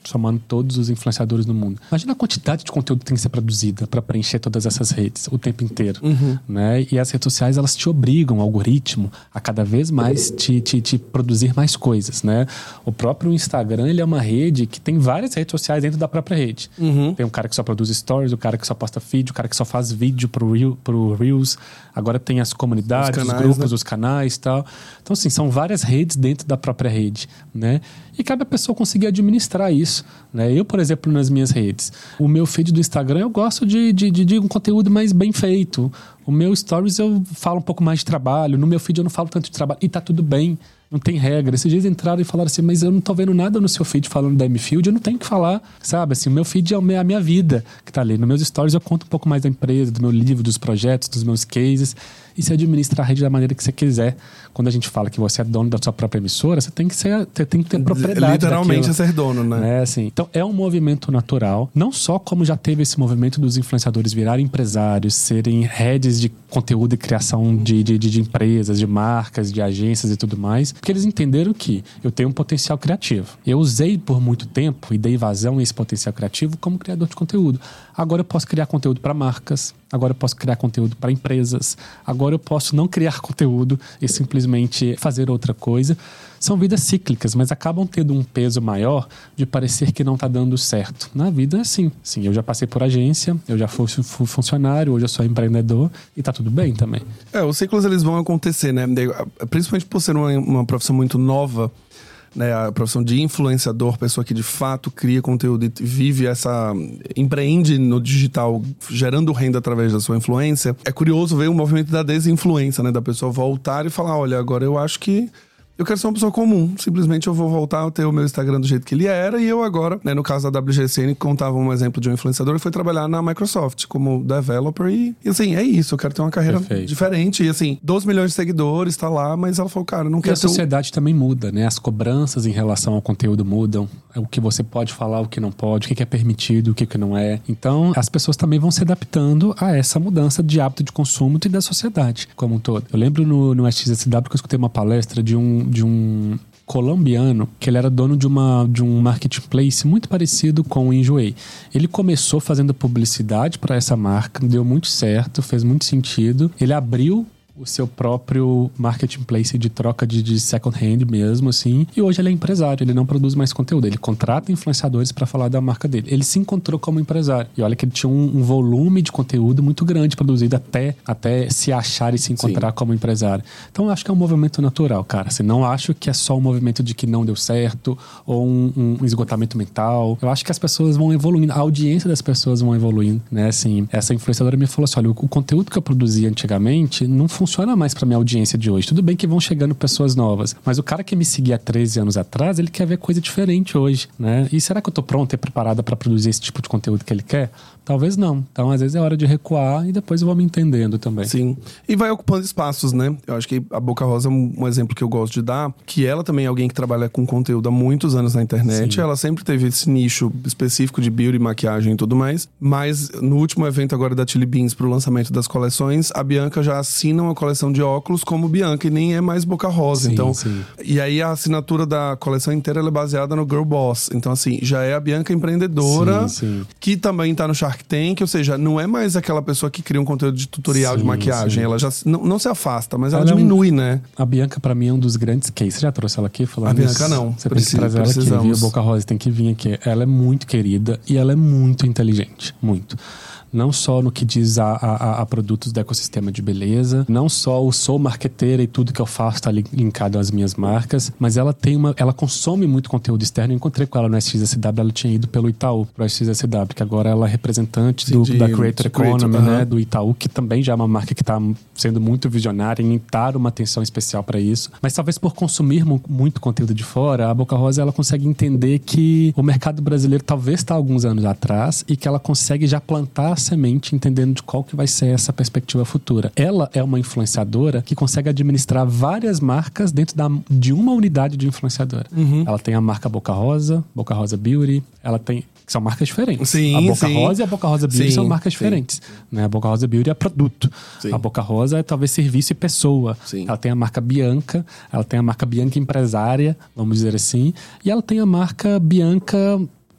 somando todos os influenciadores no mundo. Imagina a quantidade de conteúdo que tem que ser produzida para preencher todas essas redes o tempo inteiro. Uhum. Né? E as redes sociais, elas te obrigam, o algoritmo, a cada vez mais te, te, te produzir mais coisas. Né? O próprio Instagram, ele é uma rede que tem várias redes sociais dentro da própria rede. Uhum. Tem um cara que só produz stories, o cara que só posta feed, o cara que só faz vídeo pro, Reel, pro Reels. Agora tem as comunidades, os, canais, os grupos, né? Os canais e tal. Então, assim, são várias redes dentro da própria rede, né? E cabe a pessoa conseguir administrar isso, né? Eu, por exemplo, nas minhas redes, o meu feed do Instagram, eu gosto de, de, de, de um conteúdo mais bem feito. O meu stories, eu falo um pouco mais de trabalho. No meu feed, eu não falo tanto de trabalho. E tá tudo bem. Não tem regra. Esses dias entraram e falaram assim, mas eu não tô vendo nada no seu feed falando da M-Field, eu não tenho o que falar, sabe? Assim, o meu feed é a minha vida que tá ali. Nos meus stories eu conto um pouco mais da empresa, do meu livro, dos projetos, dos meus cases. E se administrar a rede da maneira que você quiser. Quando a gente fala que você é dono da sua própria emissora, você tem que, ser, você tem que ter propriedade literalmente daquilo. É ser dono, né? É, assim. Então, é um movimento natural. Não só como já teve esse movimento dos influenciadores virarem empresários, serem redes de conteúdo e criação de, de, de, de empresas, de marcas, de agências e tudo mais. Porque eles entenderam que eu tenho um potencial criativo. Eu usei por muito tempo e dei vazão a esse potencial criativo como criador de conteúdo. Agora eu posso criar conteúdo para marcas. Agora eu posso criar conteúdo para empresas. Agora eu posso não criar conteúdo e simplesmente fazer outra coisa. São vidas cíclicas, mas acabam tendo um peso maior de parecer que não está dando certo. Na vida, sim. Sim, eu já passei por agência, eu já fui, fui funcionário, hoje eu sou empreendedor e tá tudo bem também. É, os ciclos eles vão acontecer, né? Principalmente por ser uma, uma profissão muito nova, né, a profissão de influenciador, pessoa que de fato cria conteúdo e vive essa... empreende no digital, gerando renda através da sua influência. É curioso ver o movimento da desinfluência, né, da pessoa voltar e falar, olha, agora eu acho que eu quero ser uma pessoa comum. Simplesmente eu vou voltar a ter o meu Instagram do jeito que ele era. E eu agora, né, no caso da W G S N, contava um exemplo de um influenciador que foi trabalhar na Microsoft como developer. E, e assim, é isso. Eu quero ter uma carreira Perfeito. diferente. E assim, doze milhões de seguidores, tá lá. Mas ela falou, cara, não quero... E a sociedade o... também muda, né? As cobranças em relação ao conteúdo mudam. O que você pode falar, o que não pode. O que é permitido, o que não é. Então, as pessoas também vão se adaptando a essa mudança de hábito de consumo e da sociedade como um todo. Eu lembro no, no S X S W que eu escutei uma palestra de um... de um colombiano, que ele era dono de, uma, de um marketplace muito parecido com o Enjoei. Ele começou fazendo publicidade para essa marca, deu muito certo, fez muito sentido. Ele abriu o seu próprio marketplace de troca de, de second hand mesmo, assim. E hoje ele é empresário, ele não produz mais conteúdo. Ele contrata influenciadores para falar da marca dele. Ele se encontrou como empresário. E olha que ele tinha um, um volume de conteúdo muito grande produzido até, até se achar e se encontrar Sim. como empresário. Então eu acho que é um movimento natural, cara. Assim, não acho que é só um movimento de que não deu certo ou um, um esgotamento mental. Eu acho que as pessoas vão evoluindo, a audiência das pessoas vão evoluindo, né? Assim, essa influenciadora me falou assim, olha, o, o conteúdo que eu produzia antigamente não funciona funciona mais pra minha audiência de hoje. Tudo bem que vão chegando pessoas novas, mas o cara que me seguia há treze anos atrás, ele quer ver coisa diferente hoje, né? E será que eu tô pronta e preparada pra produzir esse tipo de conteúdo que ele quer? Talvez não. Então, às vezes é hora de recuar e depois eu vou me entendendo também. Sim. E vai ocupando espaços, né? Eu acho que a Boca Rosa é um exemplo que eu gosto de dar, que ela também é alguém que trabalha com conteúdo há muitos anos na internet. Sim. Ela sempre teve esse nicho específico de beauty, maquiagem e tudo mais. Mas no último evento agora da Chili Beans pro lançamento das coleções, a Bianca já assina uma coleção de óculos como Bianca e nem é mais Boca Rosa. Sim, então, sim. E aí a assinatura da coleção inteira ela é baseada no Girl Boss. Então, assim, já é a Bianca empreendedora, sim, sim. que também tá no Shark Tank, ou seja, não é mais aquela pessoa que cria um conteúdo de tutorial sim, de maquiagem. Sim. Ela já não, não se afasta, mas ela, ela diminui, é um, né? A Bianca, pra mim, é um dos grandes cases. Você já trouxe ela aqui? Falando a Bianca isso? não. Você precisa trazer ela aqui, viu? Boca Rosa tem que vir aqui. Ela é muito querida e ela é muito inteligente. Muito. Não só no que diz a, a, a produtos do ecossistema de beleza, não só o sou marqueteira e tudo que eu faço está linkado às minhas marcas, mas ela tem uma, ela consome muito conteúdo externo. Eu encontrei com ela no S X S W, ela tinha ido pelo Itaú pro S X S W, que agora ela é representante Sim, do, de, da Creator Economy, creator, né, uh-huh. do Itaú, que também já é uma marca que está sendo muito visionária em dar uma atenção especial para isso. Mas talvez por consumir mu- muito conteúdo de fora, a Boca Rosa ela consegue entender que o mercado brasileiro talvez está alguns anos atrás e que ela consegue já plantar semente entendendo de qual que vai ser essa perspectiva futura. Ela é uma influenciadora que consegue administrar várias marcas dentro da, de uma unidade de influenciadora. Uhum. Ela tem a marca Boca Rosa, Boca Rosa Beauty, ela tem... que são marcas diferentes. Sim, a Boca sim. Rosa e a Boca Rosa Beauty sim, são marcas sim. diferentes. Né? A Boca Rosa Beauty é produto. Sim. A Boca Rosa é talvez serviço e pessoa. Sim. Ela tem a marca Bianca, ela tem a marca Bianca Empresária, vamos dizer assim, e ela tem a marca Bianca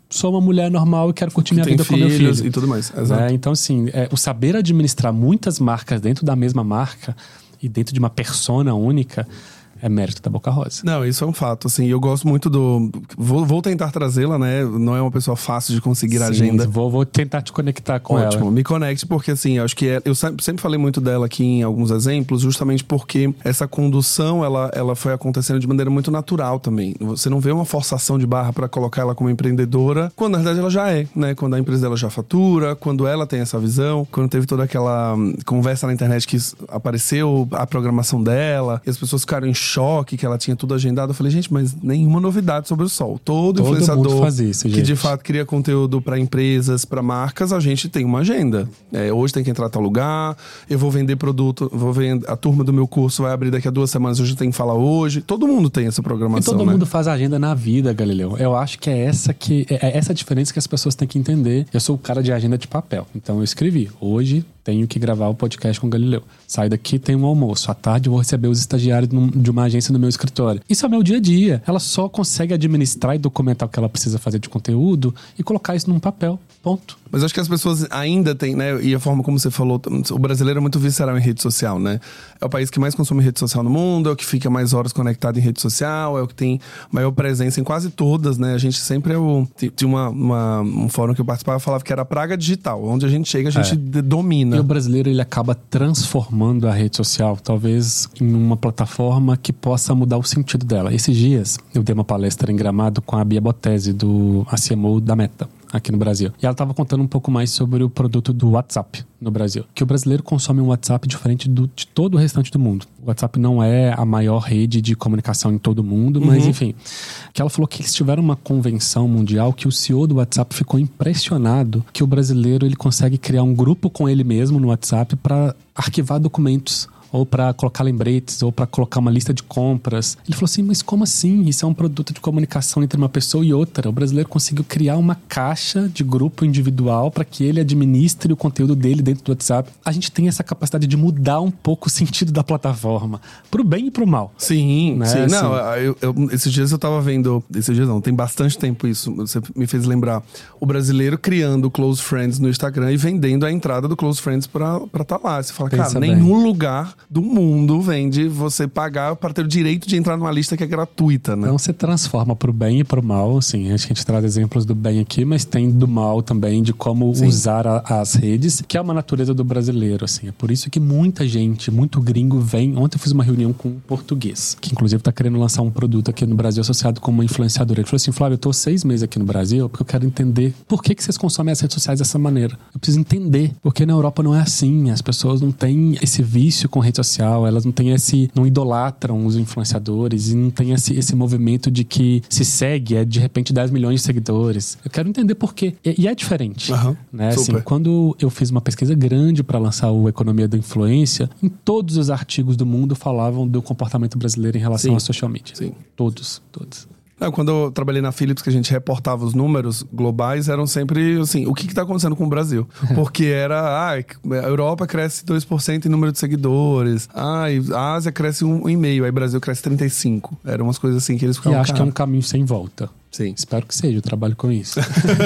sou uma mulher normal e quero curtir minha tem vida com meu filhos filho. E tudo mais, exato. É, então, assim, é, o saber administrar muitas marcas dentro da mesma marca e dentro de uma persona única é mérito da Boca Rosa. Não, isso é um fato, assim, eu gosto muito do... Vou, vou tentar trazê-la, né? Não é uma pessoa fácil de conseguir Sim, a agenda. Vou, vou tentar te conectar com Ótimo, ela. Ótimo, me conecte, porque assim, eu acho que é, eu sempre falei muito dela aqui em alguns exemplos, justamente porque essa condução, ela, ela foi acontecendo de maneira muito natural também. Você não vê uma forçação de barra para colocar ela como empreendedora, quando na verdade ela já é, né? Quando a empresa dela já fatura, quando ela tem essa visão, quando teve toda aquela conversa na internet que apareceu a programação dela, e as pessoas ficaram em choque que ela tinha tudo agendado. Eu falei, gente, mas nenhuma novidade sobre o sol. Todo, Todo influenciador mundo faz isso, que gente. de fato cria conteúdo para empresas, para marcas, a gente tem uma agenda. É, hoje tem que entrar em tal lugar, eu vou vender produto, vou vender, a turma do meu curso vai abrir daqui a duas semanas, hoje tem que falar hoje. Todo mundo tem essa programação, E todo né? mundo faz agenda na vida, Galileu. Eu acho que é essa que é essa a diferença que as pessoas têm que entender. Eu sou o cara de agenda de papel. Então eu escrevi, hoje tenho que gravar o podcast com o Galileu. Saio daqui, tenho um almoço. À tarde eu vou receber os estagiários de uma agência no meu escritório. Isso é meu dia a dia. Ela só consegue administrar e documentar o que ela precisa fazer de conteúdo e colocar isso num papel. Ponto. Mas acho que as pessoas ainda têm, né? E a forma como você falou, o brasileiro é muito visceral em rede social, né? É o país que mais consome rede social no mundo, é o que fica mais horas conectado em rede social, é o que tem maior presença em quase todas, né? A gente sempre é o... Tinha uma, uma, um fórum que eu participava, falava que era a praga digital. Onde a gente chega, a gente é. domina. E o brasileiro, ele acaba transformando a rede social, talvez em uma plataforma que possa mudar o sentido dela. Esses dias, eu dei uma palestra em Gramado com a Bia Botesi, do A C M O da Meta, aqui no Brasil. E ela estava contando um pouco mais sobre o produto do WhatsApp no Brasil. Que o brasileiro consome um WhatsApp diferente do, de todo o restante do mundo. O WhatsApp não é a maior rede de comunicação em todo o mundo, mas uhum. enfim. Que ela falou que eles tiveram uma convenção mundial que o C E O do WhatsApp ficou impressionado que o brasileiro ele consegue criar um grupo com ele mesmo no WhatsApp para arquivar documentos, ou para colocar lembretes, ou para colocar uma lista de compras. Ele falou assim, mas como assim? Isso é um produto de comunicação entre uma pessoa e outra. O brasileiro conseguiu criar uma caixa de grupo individual para que ele administre o conteúdo dele dentro do WhatsApp. A gente tem essa capacidade de mudar um pouco o sentido da plataforma, pro bem e pro mal. Sim, né? sim. Assim, não, eu, eu, esses dias eu tava vendo... Esses dias não, tem bastante tempo isso. Você me fez lembrar. O brasileiro criando Close Friends no Instagram e vendendo a entrada do Close Friends pra estar tá lá. Você fala, Pensa cara, bem. nenhum lugar do mundo vende você pagar para ter o direito de entrar numa lista que é gratuita, né? Então você transforma pro bem e pro mal, assim, acho que a gente traz exemplos do bem aqui, mas tem do mal também, de como Sim. usar a, as redes, que é uma natureza do brasileiro, assim, é por isso que muita gente, muito gringo vem. Ontem eu fiz uma reunião com um português, que inclusive tá querendo lançar um produto aqui no Brasil associado com uma influenciadora. Ele falou assim, Flávio, eu tô seis meses aqui no Brasil porque eu quero entender por que que vocês consomem as redes sociais dessa maneira. Eu preciso entender, porque na Europa não é assim, as pessoas não têm esse vício com rede social, elas não têm esse, não idolatram os influenciadores e não tem esse, esse movimento de que se segue é de repente dez milhões de seguidores. Eu quero entender por quê. E, e é diferente. Uhum, né? Assim, quando eu fiz uma pesquisa grande para lançar o Economia da Influência, em todos os artigos do mundo falavam do comportamento brasileiro em relação Sim. à social media. Sim. Todos, todos. Não, quando eu trabalhei na Philips, que a gente reportava os números globais, eram sempre assim, o que está acontecendo com o Brasil? Porque era, ah, a Europa cresce dois por cento em número de seguidores, ah, a Ásia cresce um vírgula cinco por cento, aí o Brasil cresce trinta e cinco por cento. Eram umas coisas assim que eles ficavam... E acho cara. que é um caminho sem volta. Sim. Espero que seja, eu trabalho com isso.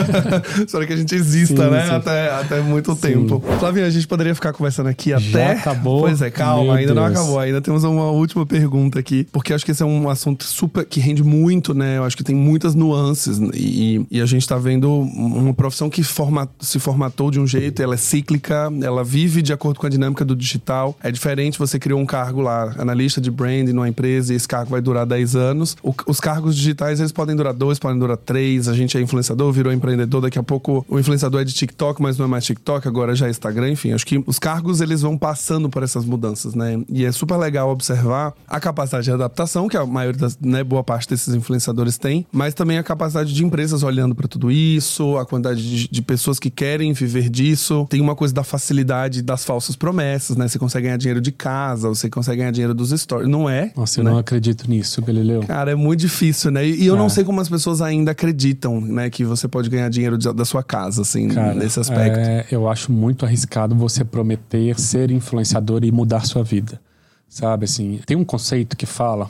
Espero que a gente exista, sim, né? Sim. Até, até muito sim. tempo. Flavinha, a gente poderia ficar conversando aqui até... Já acabou? Pois é, calma, Meu ainda Deus. não acabou. Ainda temos uma última pergunta aqui, porque acho que esse é um assunto super... que rende muito, né? Eu acho que tem muitas nuances e, e a gente tá vendo uma profissão que forma, se formatou de um jeito, ela é cíclica, ela vive de acordo com a dinâmica do digital. É diferente, você criou um cargo lá, analista de brand numa empresa, e esse cargo vai durar dez anos. O, os cargos digitais, eles podem durar dois, podem durar três. A gente é influenciador, virou empreendedor, daqui a pouco o influenciador é de TikTok, mas não é mais TikTok, agora já é Instagram, enfim. Acho que os cargos, eles vão passando por essas mudanças, né? E é super legal observar a capacidade de adaptação, que a maioria das, né, boa parte desses influenciadores tem, mas também a capacidade de empresas olhando para tudo isso, a quantidade de, de pessoas que querem viver disso. Tem uma coisa da facilidade das falsas promessas, né? Você consegue ganhar dinheiro de casa, você consegue ganhar dinheiro dos stories. Não é? Nossa, eu né? não acredito nisso, Galileu. Cara, é muito difícil, né? E, e eu é. não sei como as pessoas ainda acreditam, né, que você pode ganhar dinheiro de, da sua casa, assim, Cara, nesse aspecto. É, eu acho muito arriscado você prometer ser influenciador e mudar sua vida, sabe, assim, tem um conceito que fala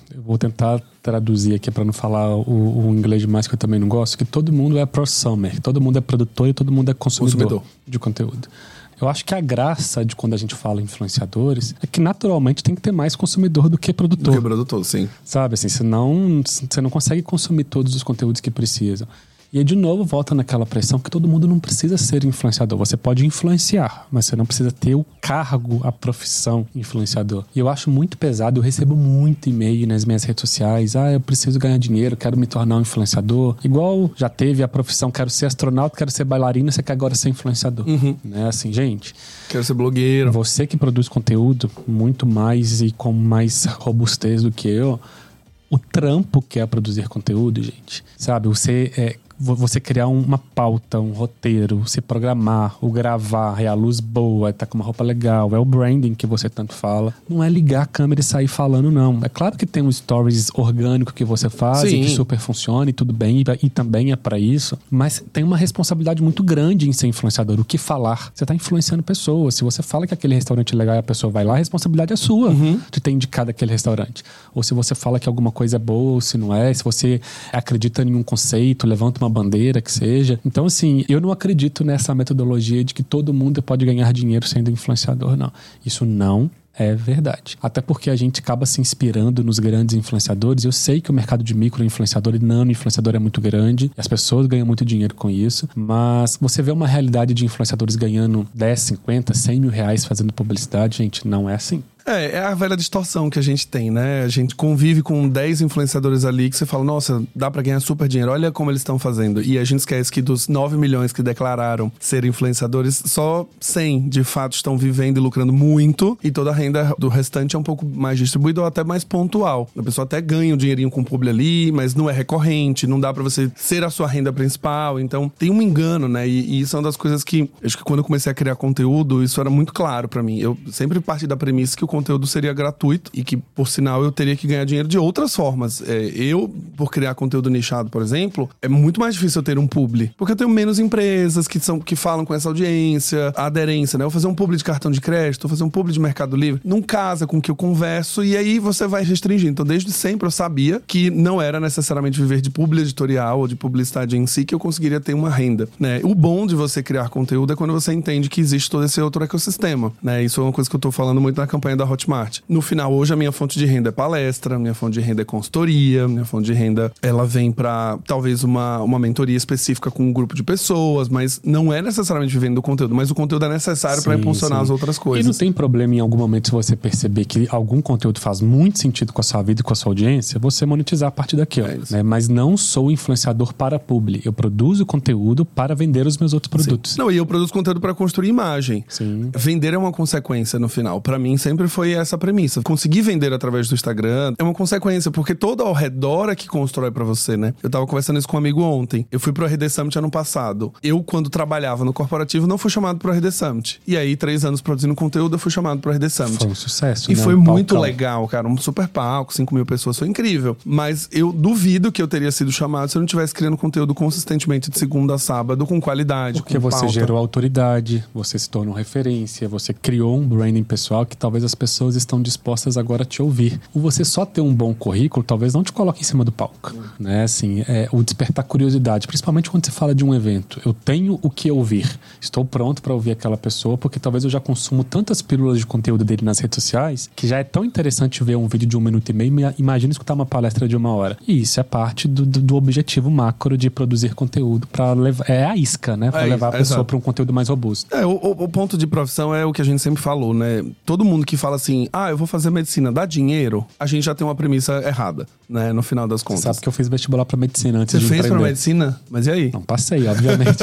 eu vou tentar traduzir aqui para não falar o, o inglês demais, que eu também não gosto, que todo mundo é prosumer, todo mundo é produtor e todo mundo é consumidor, consumidor. de conteúdo. Eu acho que a graça de quando a gente fala influenciadores é que naturalmente tem que ter mais consumidor do que produtor. Do que produtor, sim. Sabe, assim, senão você não consegue consumir todos os conteúdos que precisam. E aí, de novo, volta naquela pressão que todo mundo não precisa ser influenciador. Você pode influenciar, mas você não precisa ter o cargo, a profissão influenciador. E eu acho muito pesado, eu recebo muito e-mail nas minhas redes sociais. Ah, eu preciso ganhar dinheiro, quero me tornar um influenciador. Igual já teve a profissão, quero ser astronauta, quero ser bailarina, você quer agora ser influenciador. Uhum. Né? Assim, gente... Quero ser blogueiro. Você que produz conteúdo muito mais e com mais robustez do que eu, o trampo que é produzir conteúdo, gente. Sabe, você... É, você criar uma pauta, um roteiro, se programar, o gravar, é a luz boa, tá com uma roupa legal, é o branding que você tanto fala. Não é ligar a câmera e sair falando, não. É claro que tem um stories orgânico que você faz Sim. e que super funciona e tudo bem, e, e também é pra isso, mas tem uma responsabilidade muito grande em ser influenciador. O que falar? Você tá influenciando pessoas. Se você fala que aquele restaurante é legal e a pessoa vai lá, a responsabilidade é sua uhum. de ter indicado aquele restaurante. Ou se você fala que alguma coisa é boa ou se não é, se você acredita em um conceito, levanta uma uma bandeira que seja. Então, assim, eu não acredito nessa metodologia de que todo mundo pode ganhar dinheiro sendo influenciador, não. Isso não é verdade. Até porque a gente acaba se inspirando nos grandes influenciadores. Eu sei que o mercado de micro-influenciador e nano-influenciador é muito grande. As pessoas ganham muito dinheiro com isso. Mas você vê uma realidade de influenciadores ganhando dez, cinquenta, cem mil reais fazendo publicidade, gente, não é assim. É, é a velha distorção que a gente tem, né? A gente convive com dez influenciadores ali que você fala, nossa, dá pra ganhar super dinheiro, olha como eles estão fazendo. E a gente esquece que dos nove milhões que declararam ser influenciadores, só cem de fato estão vivendo e lucrando muito, e toda a renda do restante é um pouco mais distribuída ou até mais pontual. A pessoa até ganha um dinheirinho com publi ali, mas não é recorrente, não dá pra você ser a sua renda principal. Então tem um engano, né? E, e isso é uma das coisas que, acho que quando eu comecei a criar conteúdo, isso era muito claro pra mim. Eu sempre parti da premissa que o conteúdo seria gratuito e que, por sinal, eu teria que ganhar dinheiro de outras formas. É, eu, por criar conteúdo nichado, por exemplo, é muito mais difícil eu ter um publi, porque eu tenho menos empresas que, são, que falam com essa audiência, a aderência, né? Eu vou fazer um publi de cartão de crédito, vou fazer um publi de Mercado Livre, não casa com o que eu converso, e aí você vai restringir. Então, desde sempre eu sabia que não era necessariamente viver de publi editorial ou de publicidade em si que eu conseguiria ter uma renda, né? O bom de você criar conteúdo é quando você entende que existe todo esse outro ecossistema, né? Isso é uma coisa que eu tô falando muito na campanha da Hotmart. No final, hoje a minha fonte de renda é palestra, minha fonte de renda é consultoria, minha fonte de renda, ela vem pra talvez uma, uma mentoria específica com um grupo de pessoas, mas não é necessariamente vivendo do conteúdo, mas o conteúdo é necessário para impulsionar sim. as outras coisas. E não tem problema em algum momento, se você perceber que algum conteúdo faz muito sentido com a sua vida e com a sua audiência, você monetizar a partir daquilo, é né? Mas não sou influenciador para publi, eu produzo conteúdo para vender os meus outros produtos. Sim. Não, e eu produzo conteúdo para construir imagem. Sim. Vender é uma consequência no final. Para mim sempre foi essa premissa. Conseguir vender através do Instagram é uma consequência, porque todo ao redor é que constrói pra você, né? Eu tava conversando isso com um amigo ontem. Eu fui pro R D Summit ano passado. Eu, quando trabalhava no corporativo, não fui chamado pro R D Summit. E aí, três anos produzindo conteúdo, eu fui chamado pro R D Summit. Foi um sucesso, E né? foi um muito palcão. legal, cara. Um super palco, cinco mil pessoas, foi incrível. Mas eu duvido que eu teria sido chamado se eu não tivesse criando conteúdo consistentemente de segunda a sábado, com qualidade, Porque com você pauta. gerou autoridade, você se tornou referência, você criou um branding pessoal que talvez as pessoas estão dispostas agora a te ouvir. Ou você só ter um bom currículo, talvez não te coloque em cima do palco. Uhum. Né? Assim, é, o despertar curiosidade, principalmente quando você fala de um evento. Eu tenho o que ouvir. Estou pronto para ouvir aquela pessoa, porque talvez eu já consumo tantas pílulas de conteúdo dele nas redes sociais, que já é tão interessante ver um vídeo de um minuto e meio, imagina escutar uma palestra de uma hora. E isso é parte do, do, do objetivo macro de produzir conteúdo para levar... É a isca, né? Para é levar a pessoa para um conteúdo mais robusto. É, o, o ponto de profissão é o que a gente sempre falou, né? Todo mundo que fala assim, ah, eu vou fazer medicina, dá dinheiro, a gente já tem uma premissa errada, né? No final das contas. Você sabe que eu fiz vestibular pra medicina antes Você de fez empreender. pra medicina? Mas e aí? Não passei, obviamente.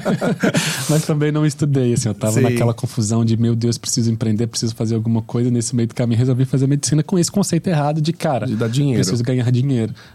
Mas também não estudei, assim. Eu tava Sim. naquela confusão de, meu Deus, preciso empreender, preciso fazer alguma coisa. Nesse meio do caminho resolvi fazer medicina com esse conceito errado de, cara, de dar dinheiro. Preciso ganhar dinheiro.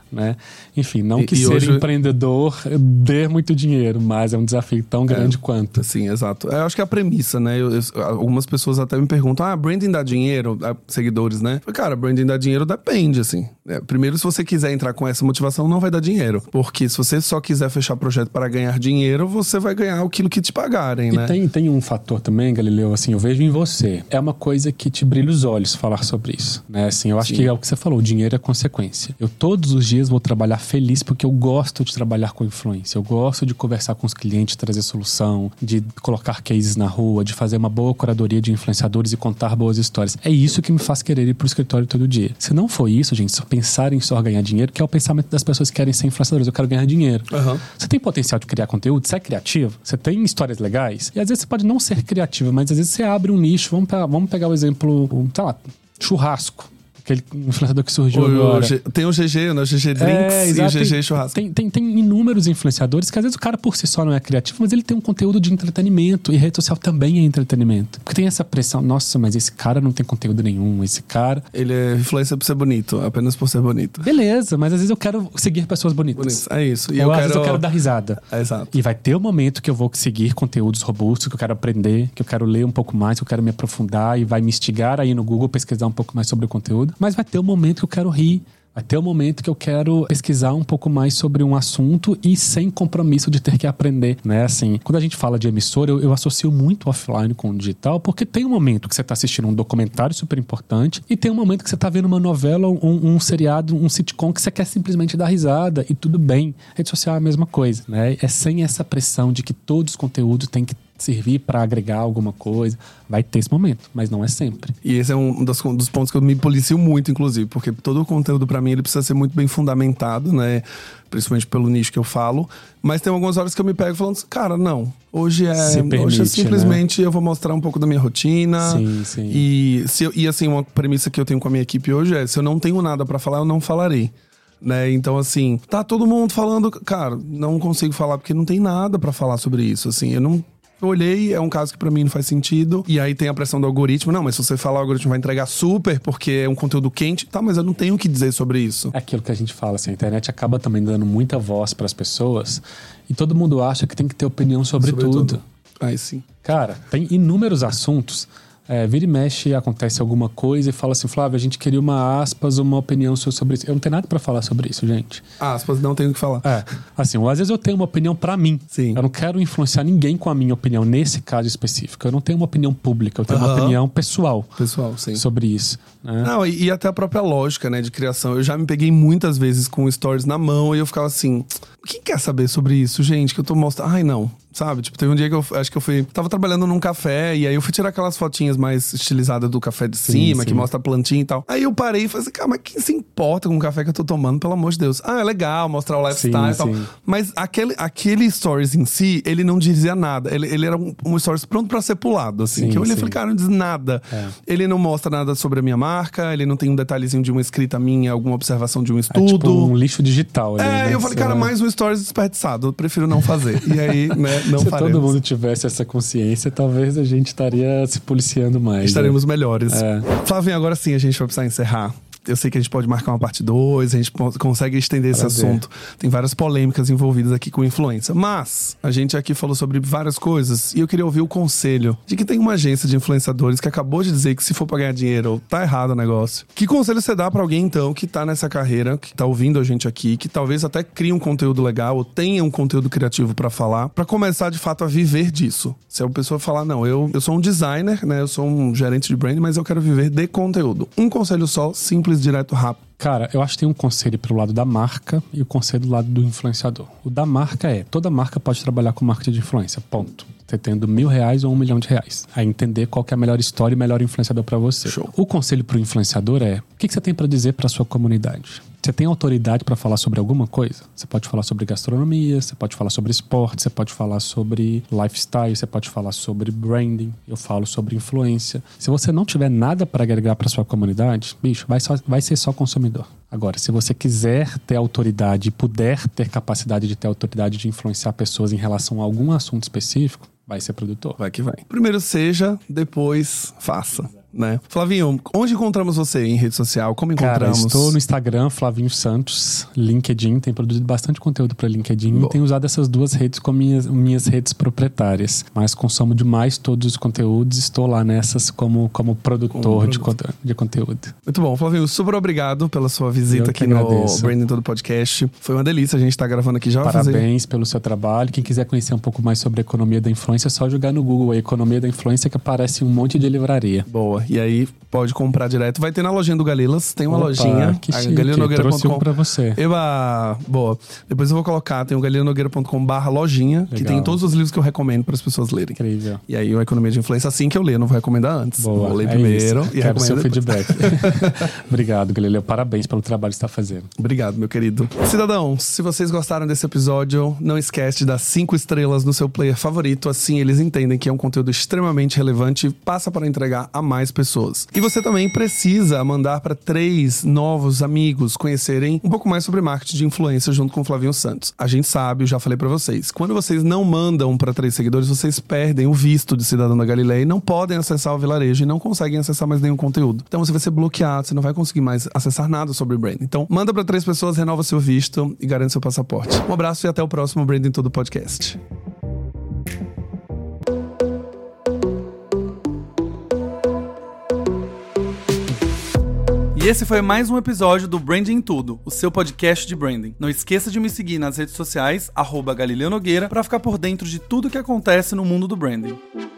né? Enfim, não que e, e ser hoje... empreendedor dê muito dinheiro, mas é um desafio tão grande é, quanto. Sim, exato. Eu acho que é a premissa, né? Eu, eu, algumas pessoas até me perguntam, ah, branding dá dinheiro? Seguidores, né? Cara, branding dá dinheiro depende, assim. É, primeiro, se você quiser entrar com essa motivação, não vai dar dinheiro. Porque se você só quiser fechar projeto para ganhar dinheiro, você vai ganhar aquilo que te pagarem, e né? E tem, tem um fator também, Galileu, assim, eu vejo em você. É uma coisa que te brilha os olhos falar sobre isso, né? Assim, eu acho Sim. que é o que você falou, o dinheiro é consequência. Eu todos os dias vou trabalhar feliz porque eu gosto de trabalhar com influência. Eu gosto de conversar com os clientes, trazer solução, de colocar cases na rua, de fazer uma boa curadoria de influenciadores e contar boas histórias. É isso que me faz querer ir pro escritório todo dia. Se não for isso, gente, só pensar em só ganhar dinheiro, que é o pensamento das pessoas que querem ser influenciadores. Eu quero ganhar dinheiro. Uhum. Você tem potencial de criar conteúdo, você é criativo, você tem histórias legais, e às vezes você pode não ser criativo, mas às vezes você abre um nicho. Vamos pegar, vamos pegar o exemplo, sei lá, churrasco. Aquele influenciador que surgiu o, agora. O, tem o G G, né? O G G Drinks é, e o G G tem, Churrasco. Tem, tem, tem inúmeros influenciadores que às vezes o cara por si só não é criativo, mas ele tem um conteúdo de entretenimento, e rede social também é entretenimento. Porque tem essa pressão, nossa, mas esse cara não tem conteúdo nenhum, esse cara... Ele é influencer por ser bonito, apenas por ser bonito. Beleza, mas às vezes eu quero seguir pessoas bonitas. Bonito. É isso. E Ou eu às quero... vezes eu quero dar risada. É, exato. E vai ter um momento que eu vou seguir conteúdos robustos, que eu quero aprender, que eu quero ler um pouco mais, que eu quero me aprofundar, e vai me instigar aí no Google pesquisar um pouco mais sobre o conteúdo. Mas vai ter um momento que eu quero rir. Vai ter um momento que eu quero pesquisar um pouco mais sobre um assunto e sem compromisso de ter que aprender, né? Assim, quando a gente fala de emissora, eu, eu associo muito offline com o digital, porque tem um momento que você está assistindo um documentário super importante e tem um momento que você está vendo uma novela, um, um seriado, um sitcom que você quer simplesmente dar risada, e tudo bem. Rede social é a mesma coisa, né? É sem essa pressão de que todos os conteúdos têm que servir para agregar alguma coisa. Vai ter esse momento, mas não é sempre. E esse é um dos, dos pontos que eu me policio muito, inclusive, porque todo o conteúdo para mim ele precisa ser muito bem fundamentado, né? Principalmente pelo nicho que eu falo. Mas tem algumas horas que eu me pego falando assim, cara, não. Hoje é, permite, hoje é simplesmente, né? Eu vou mostrar um pouco da minha rotina. Sim, sim. E, se eu, e assim, uma premissa que eu tenho com a minha equipe hoje é, se eu não tenho nada para falar, eu não falarei. Né? Então, assim, tá todo mundo falando, cara, não consigo falar porque não tem nada para falar sobre isso, assim, eu não... Eu olhei, é um caso que pra mim não faz sentido. E aí tem a pressão do algoritmo. Não, mas se você falar, o algoritmo vai entregar super, porque é um conteúdo quente. Tá, mas eu não tenho o que dizer sobre isso. É aquilo que a gente fala, assim, a internet acaba também dando muita voz pras pessoas. E todo mundo acha que tem que ter opinião sobre, sobre tudo. tudo. Aí sim. Cara, tem inúmeros assuntos. É, vira e mexe, acontece alguma coisa e fala assim, Flávio, a gente queria uma aspas, uma opinião sobre isso. Eu não tenho nada pra falar sobre isso, gente. Aspas, não tenho o que falar. É, assim, às vezes eu tenho uma opinião pra mim. Sim. Eu não quero influenciar ninguém com a minha opinião, nesse caso específico. Eu não tenho uma opinião pública, eu tenho uhum. uma opinião pessoal. Pessoal, sim. Sobre isso. Né? Não, e, e até a própria lógica, né, de criação. Eu já me peguei muitas vezes com stories na mão e eu ficava assim, quem quer saber sobre isso, gente? Que eu tô mostrando... Ai, não. Sabe? Tipo, teve um dia que eu acho que eu fui... Tava trabalhando num café e aí eu fui tirar aquelas fotinhas mais estilizadas do café de sim, cima, sim. que mostra a plantinha e tal. Aí eu parei e falei assim, cara, mas quem se importa com o café que eu tô tomando, pelo amor de Deus? Ah, é legal mostrar o lifestyle sim, e tal. Sim. Mas aquele, aquele stories em si, ele não dizia nada. Ele, ele era um, um stories pronto pra ser pulado, assim. Sim, que eu olhei e falei, cara, não diz nada. É. Ele não mostra nada sobre a minha marca, ele não tem um detalhezinho de uma escrita minha, alguma observação de um estudo. É tipo um lixo digital. Ali, é, né? eu falei, cara, é... mais um stories desperdiçado. Eu prefiro não fazer. E aí, né, não Se faremos. todo mundo tivesse essa consciência, talvez a gente estaria se policiando mais. Estaremos né? melhores. É. Flávio, agora sim a gente vai precisar encerrar. Eu sei que a gente pode marcar uma parte dois, a gente consegue estender esse Prazer. assunto. Tem várias polêmicas envolvidas aqui com influência. Mas a gente aqui falou sobre várias coisas e eu queria ouvir o conselho de que tem uma agência de influenciadores que acabou de dizer que se for pra ganhar dinheiro, tá errado o negócio. Que conselho você dá pra alguém, então, que tá nessa carreira, que tá ouvindo a gente aqui, que talvez até crie um conteúdo legal ou tenha um conteúdo criativo pra falar, pra começar, de fato, a viver disso? Se a pessoa falar, não, eu, eu sou um designer, né, eu sou um gerente de brand, mas eu quero viver de conteúdo. Um conselho só, simples, direto, rápido. Cara, eu acho que tem um conselho pelo lado da marca e o conselho do lado do influenciador. O da marca é, toda marca pode trabalhar com marketing de influência, ponto. Você tendo mil reais ou um milhão de reais. Aí entender qual que é a melhor história e o melhor influenciador pra você. Show. O conselho pro influenciador é, o que, que você tem pra dizer pra sua comunidade? Você tem autoridade pra falar sobre alguma coisa? Você pode falar sobre gastronomia, você pode falar sobre esporte, você pode falar sobre lifestyle, você pode falar sobre branding, eu falo sobre influência. Se você não tiver nada pra agregar pra sua comunidade, bicho, vai, só, vai ser só consumidor. Agora, se você quiser ter autoridade e puder ter capacidade de ter autoridade de influenciar pessoas em relação a algum assunto específico, vai ser produtor. Vai que vai. Primeiro seja, depois faça. né? Flavinho, onde encontramos você em rede social? Como encontramos? Cara, estou no Instagram, Flavinho Santos, LinkedIn, tem produzido bastante conteúdo para LinkedIn. Bom. E tenho usado essas duas redes como minhas, minhas redes proprietárias. Mas consumo demais todos os conteúdos, estou lá nessas como, como produtor como de, conte- de conteúdo. Muito bom, Flavinho, super obrigado pela sua visita aqui agradeço. no Branding Todo Podcast. Foi uma delícia, a gente tá gravando aqui já. Parabéns fazer... pelo seu trabalho. Quem quiser conhecer um pouco mais sobre a economia da influência, é só jogar no Google a economia da influência, que aparece um monte de livraria. Boa, e aí pode comprar direto. Vai ter na lojinha do Galilas, tem uma Opa, lojinha. Que chique, galilanogueira ponto com. trouxe um pra você. Eba, boa. Depois eu vou colocar, tem o galilanogueira ponto com barra lojinha, Legal. Que tem todos os livros que eu recomendo para as pessoas lerem. Incrível. E aí o Economia de Influência, assim que eu ler, não vou recomendar antes. Boa, vou ler é primeiro isso. e Quero seu depois. feedback. Obrigado, Galileu. Parabéns pelo trabalho que você está fazendo. Obrigado, meu querido. Cidadãos, se vocês gostaram desse episódio, não esquece de dar cinco estrelas no seu player favorito, assim eles entendem que é um conteúdo extremamente relevante e passa para entregar a mais pessoas. E você também precisa mandar para três novos amigos conhecerem um pouco mais sobre marketing de influência junto com o Flavinho Santos. A gente sabe, eu já falei para vocês, quando vocês não mandam para três seguidores, vocês perdem o visto de cidadão da Galileia e não podem acessar o vilarejo e não conseguem acessar mais nenhum conteúdo. Então você vai ser bloqueado, você não vai conseguir mais acessar nada sobre branding. Então manda para três pessoas, renova seu visto e garante seu passaporte. Um abraço e até o próximo Branding Todo Podcast. E esse foi mais um episódio do Branding em Tudo, o seu podcast de branding. Não esqueça de me seguir nas redes sociais, arroba Galileu Nogueira, para ficar por dentro de tudo que acontece no mundo do branding.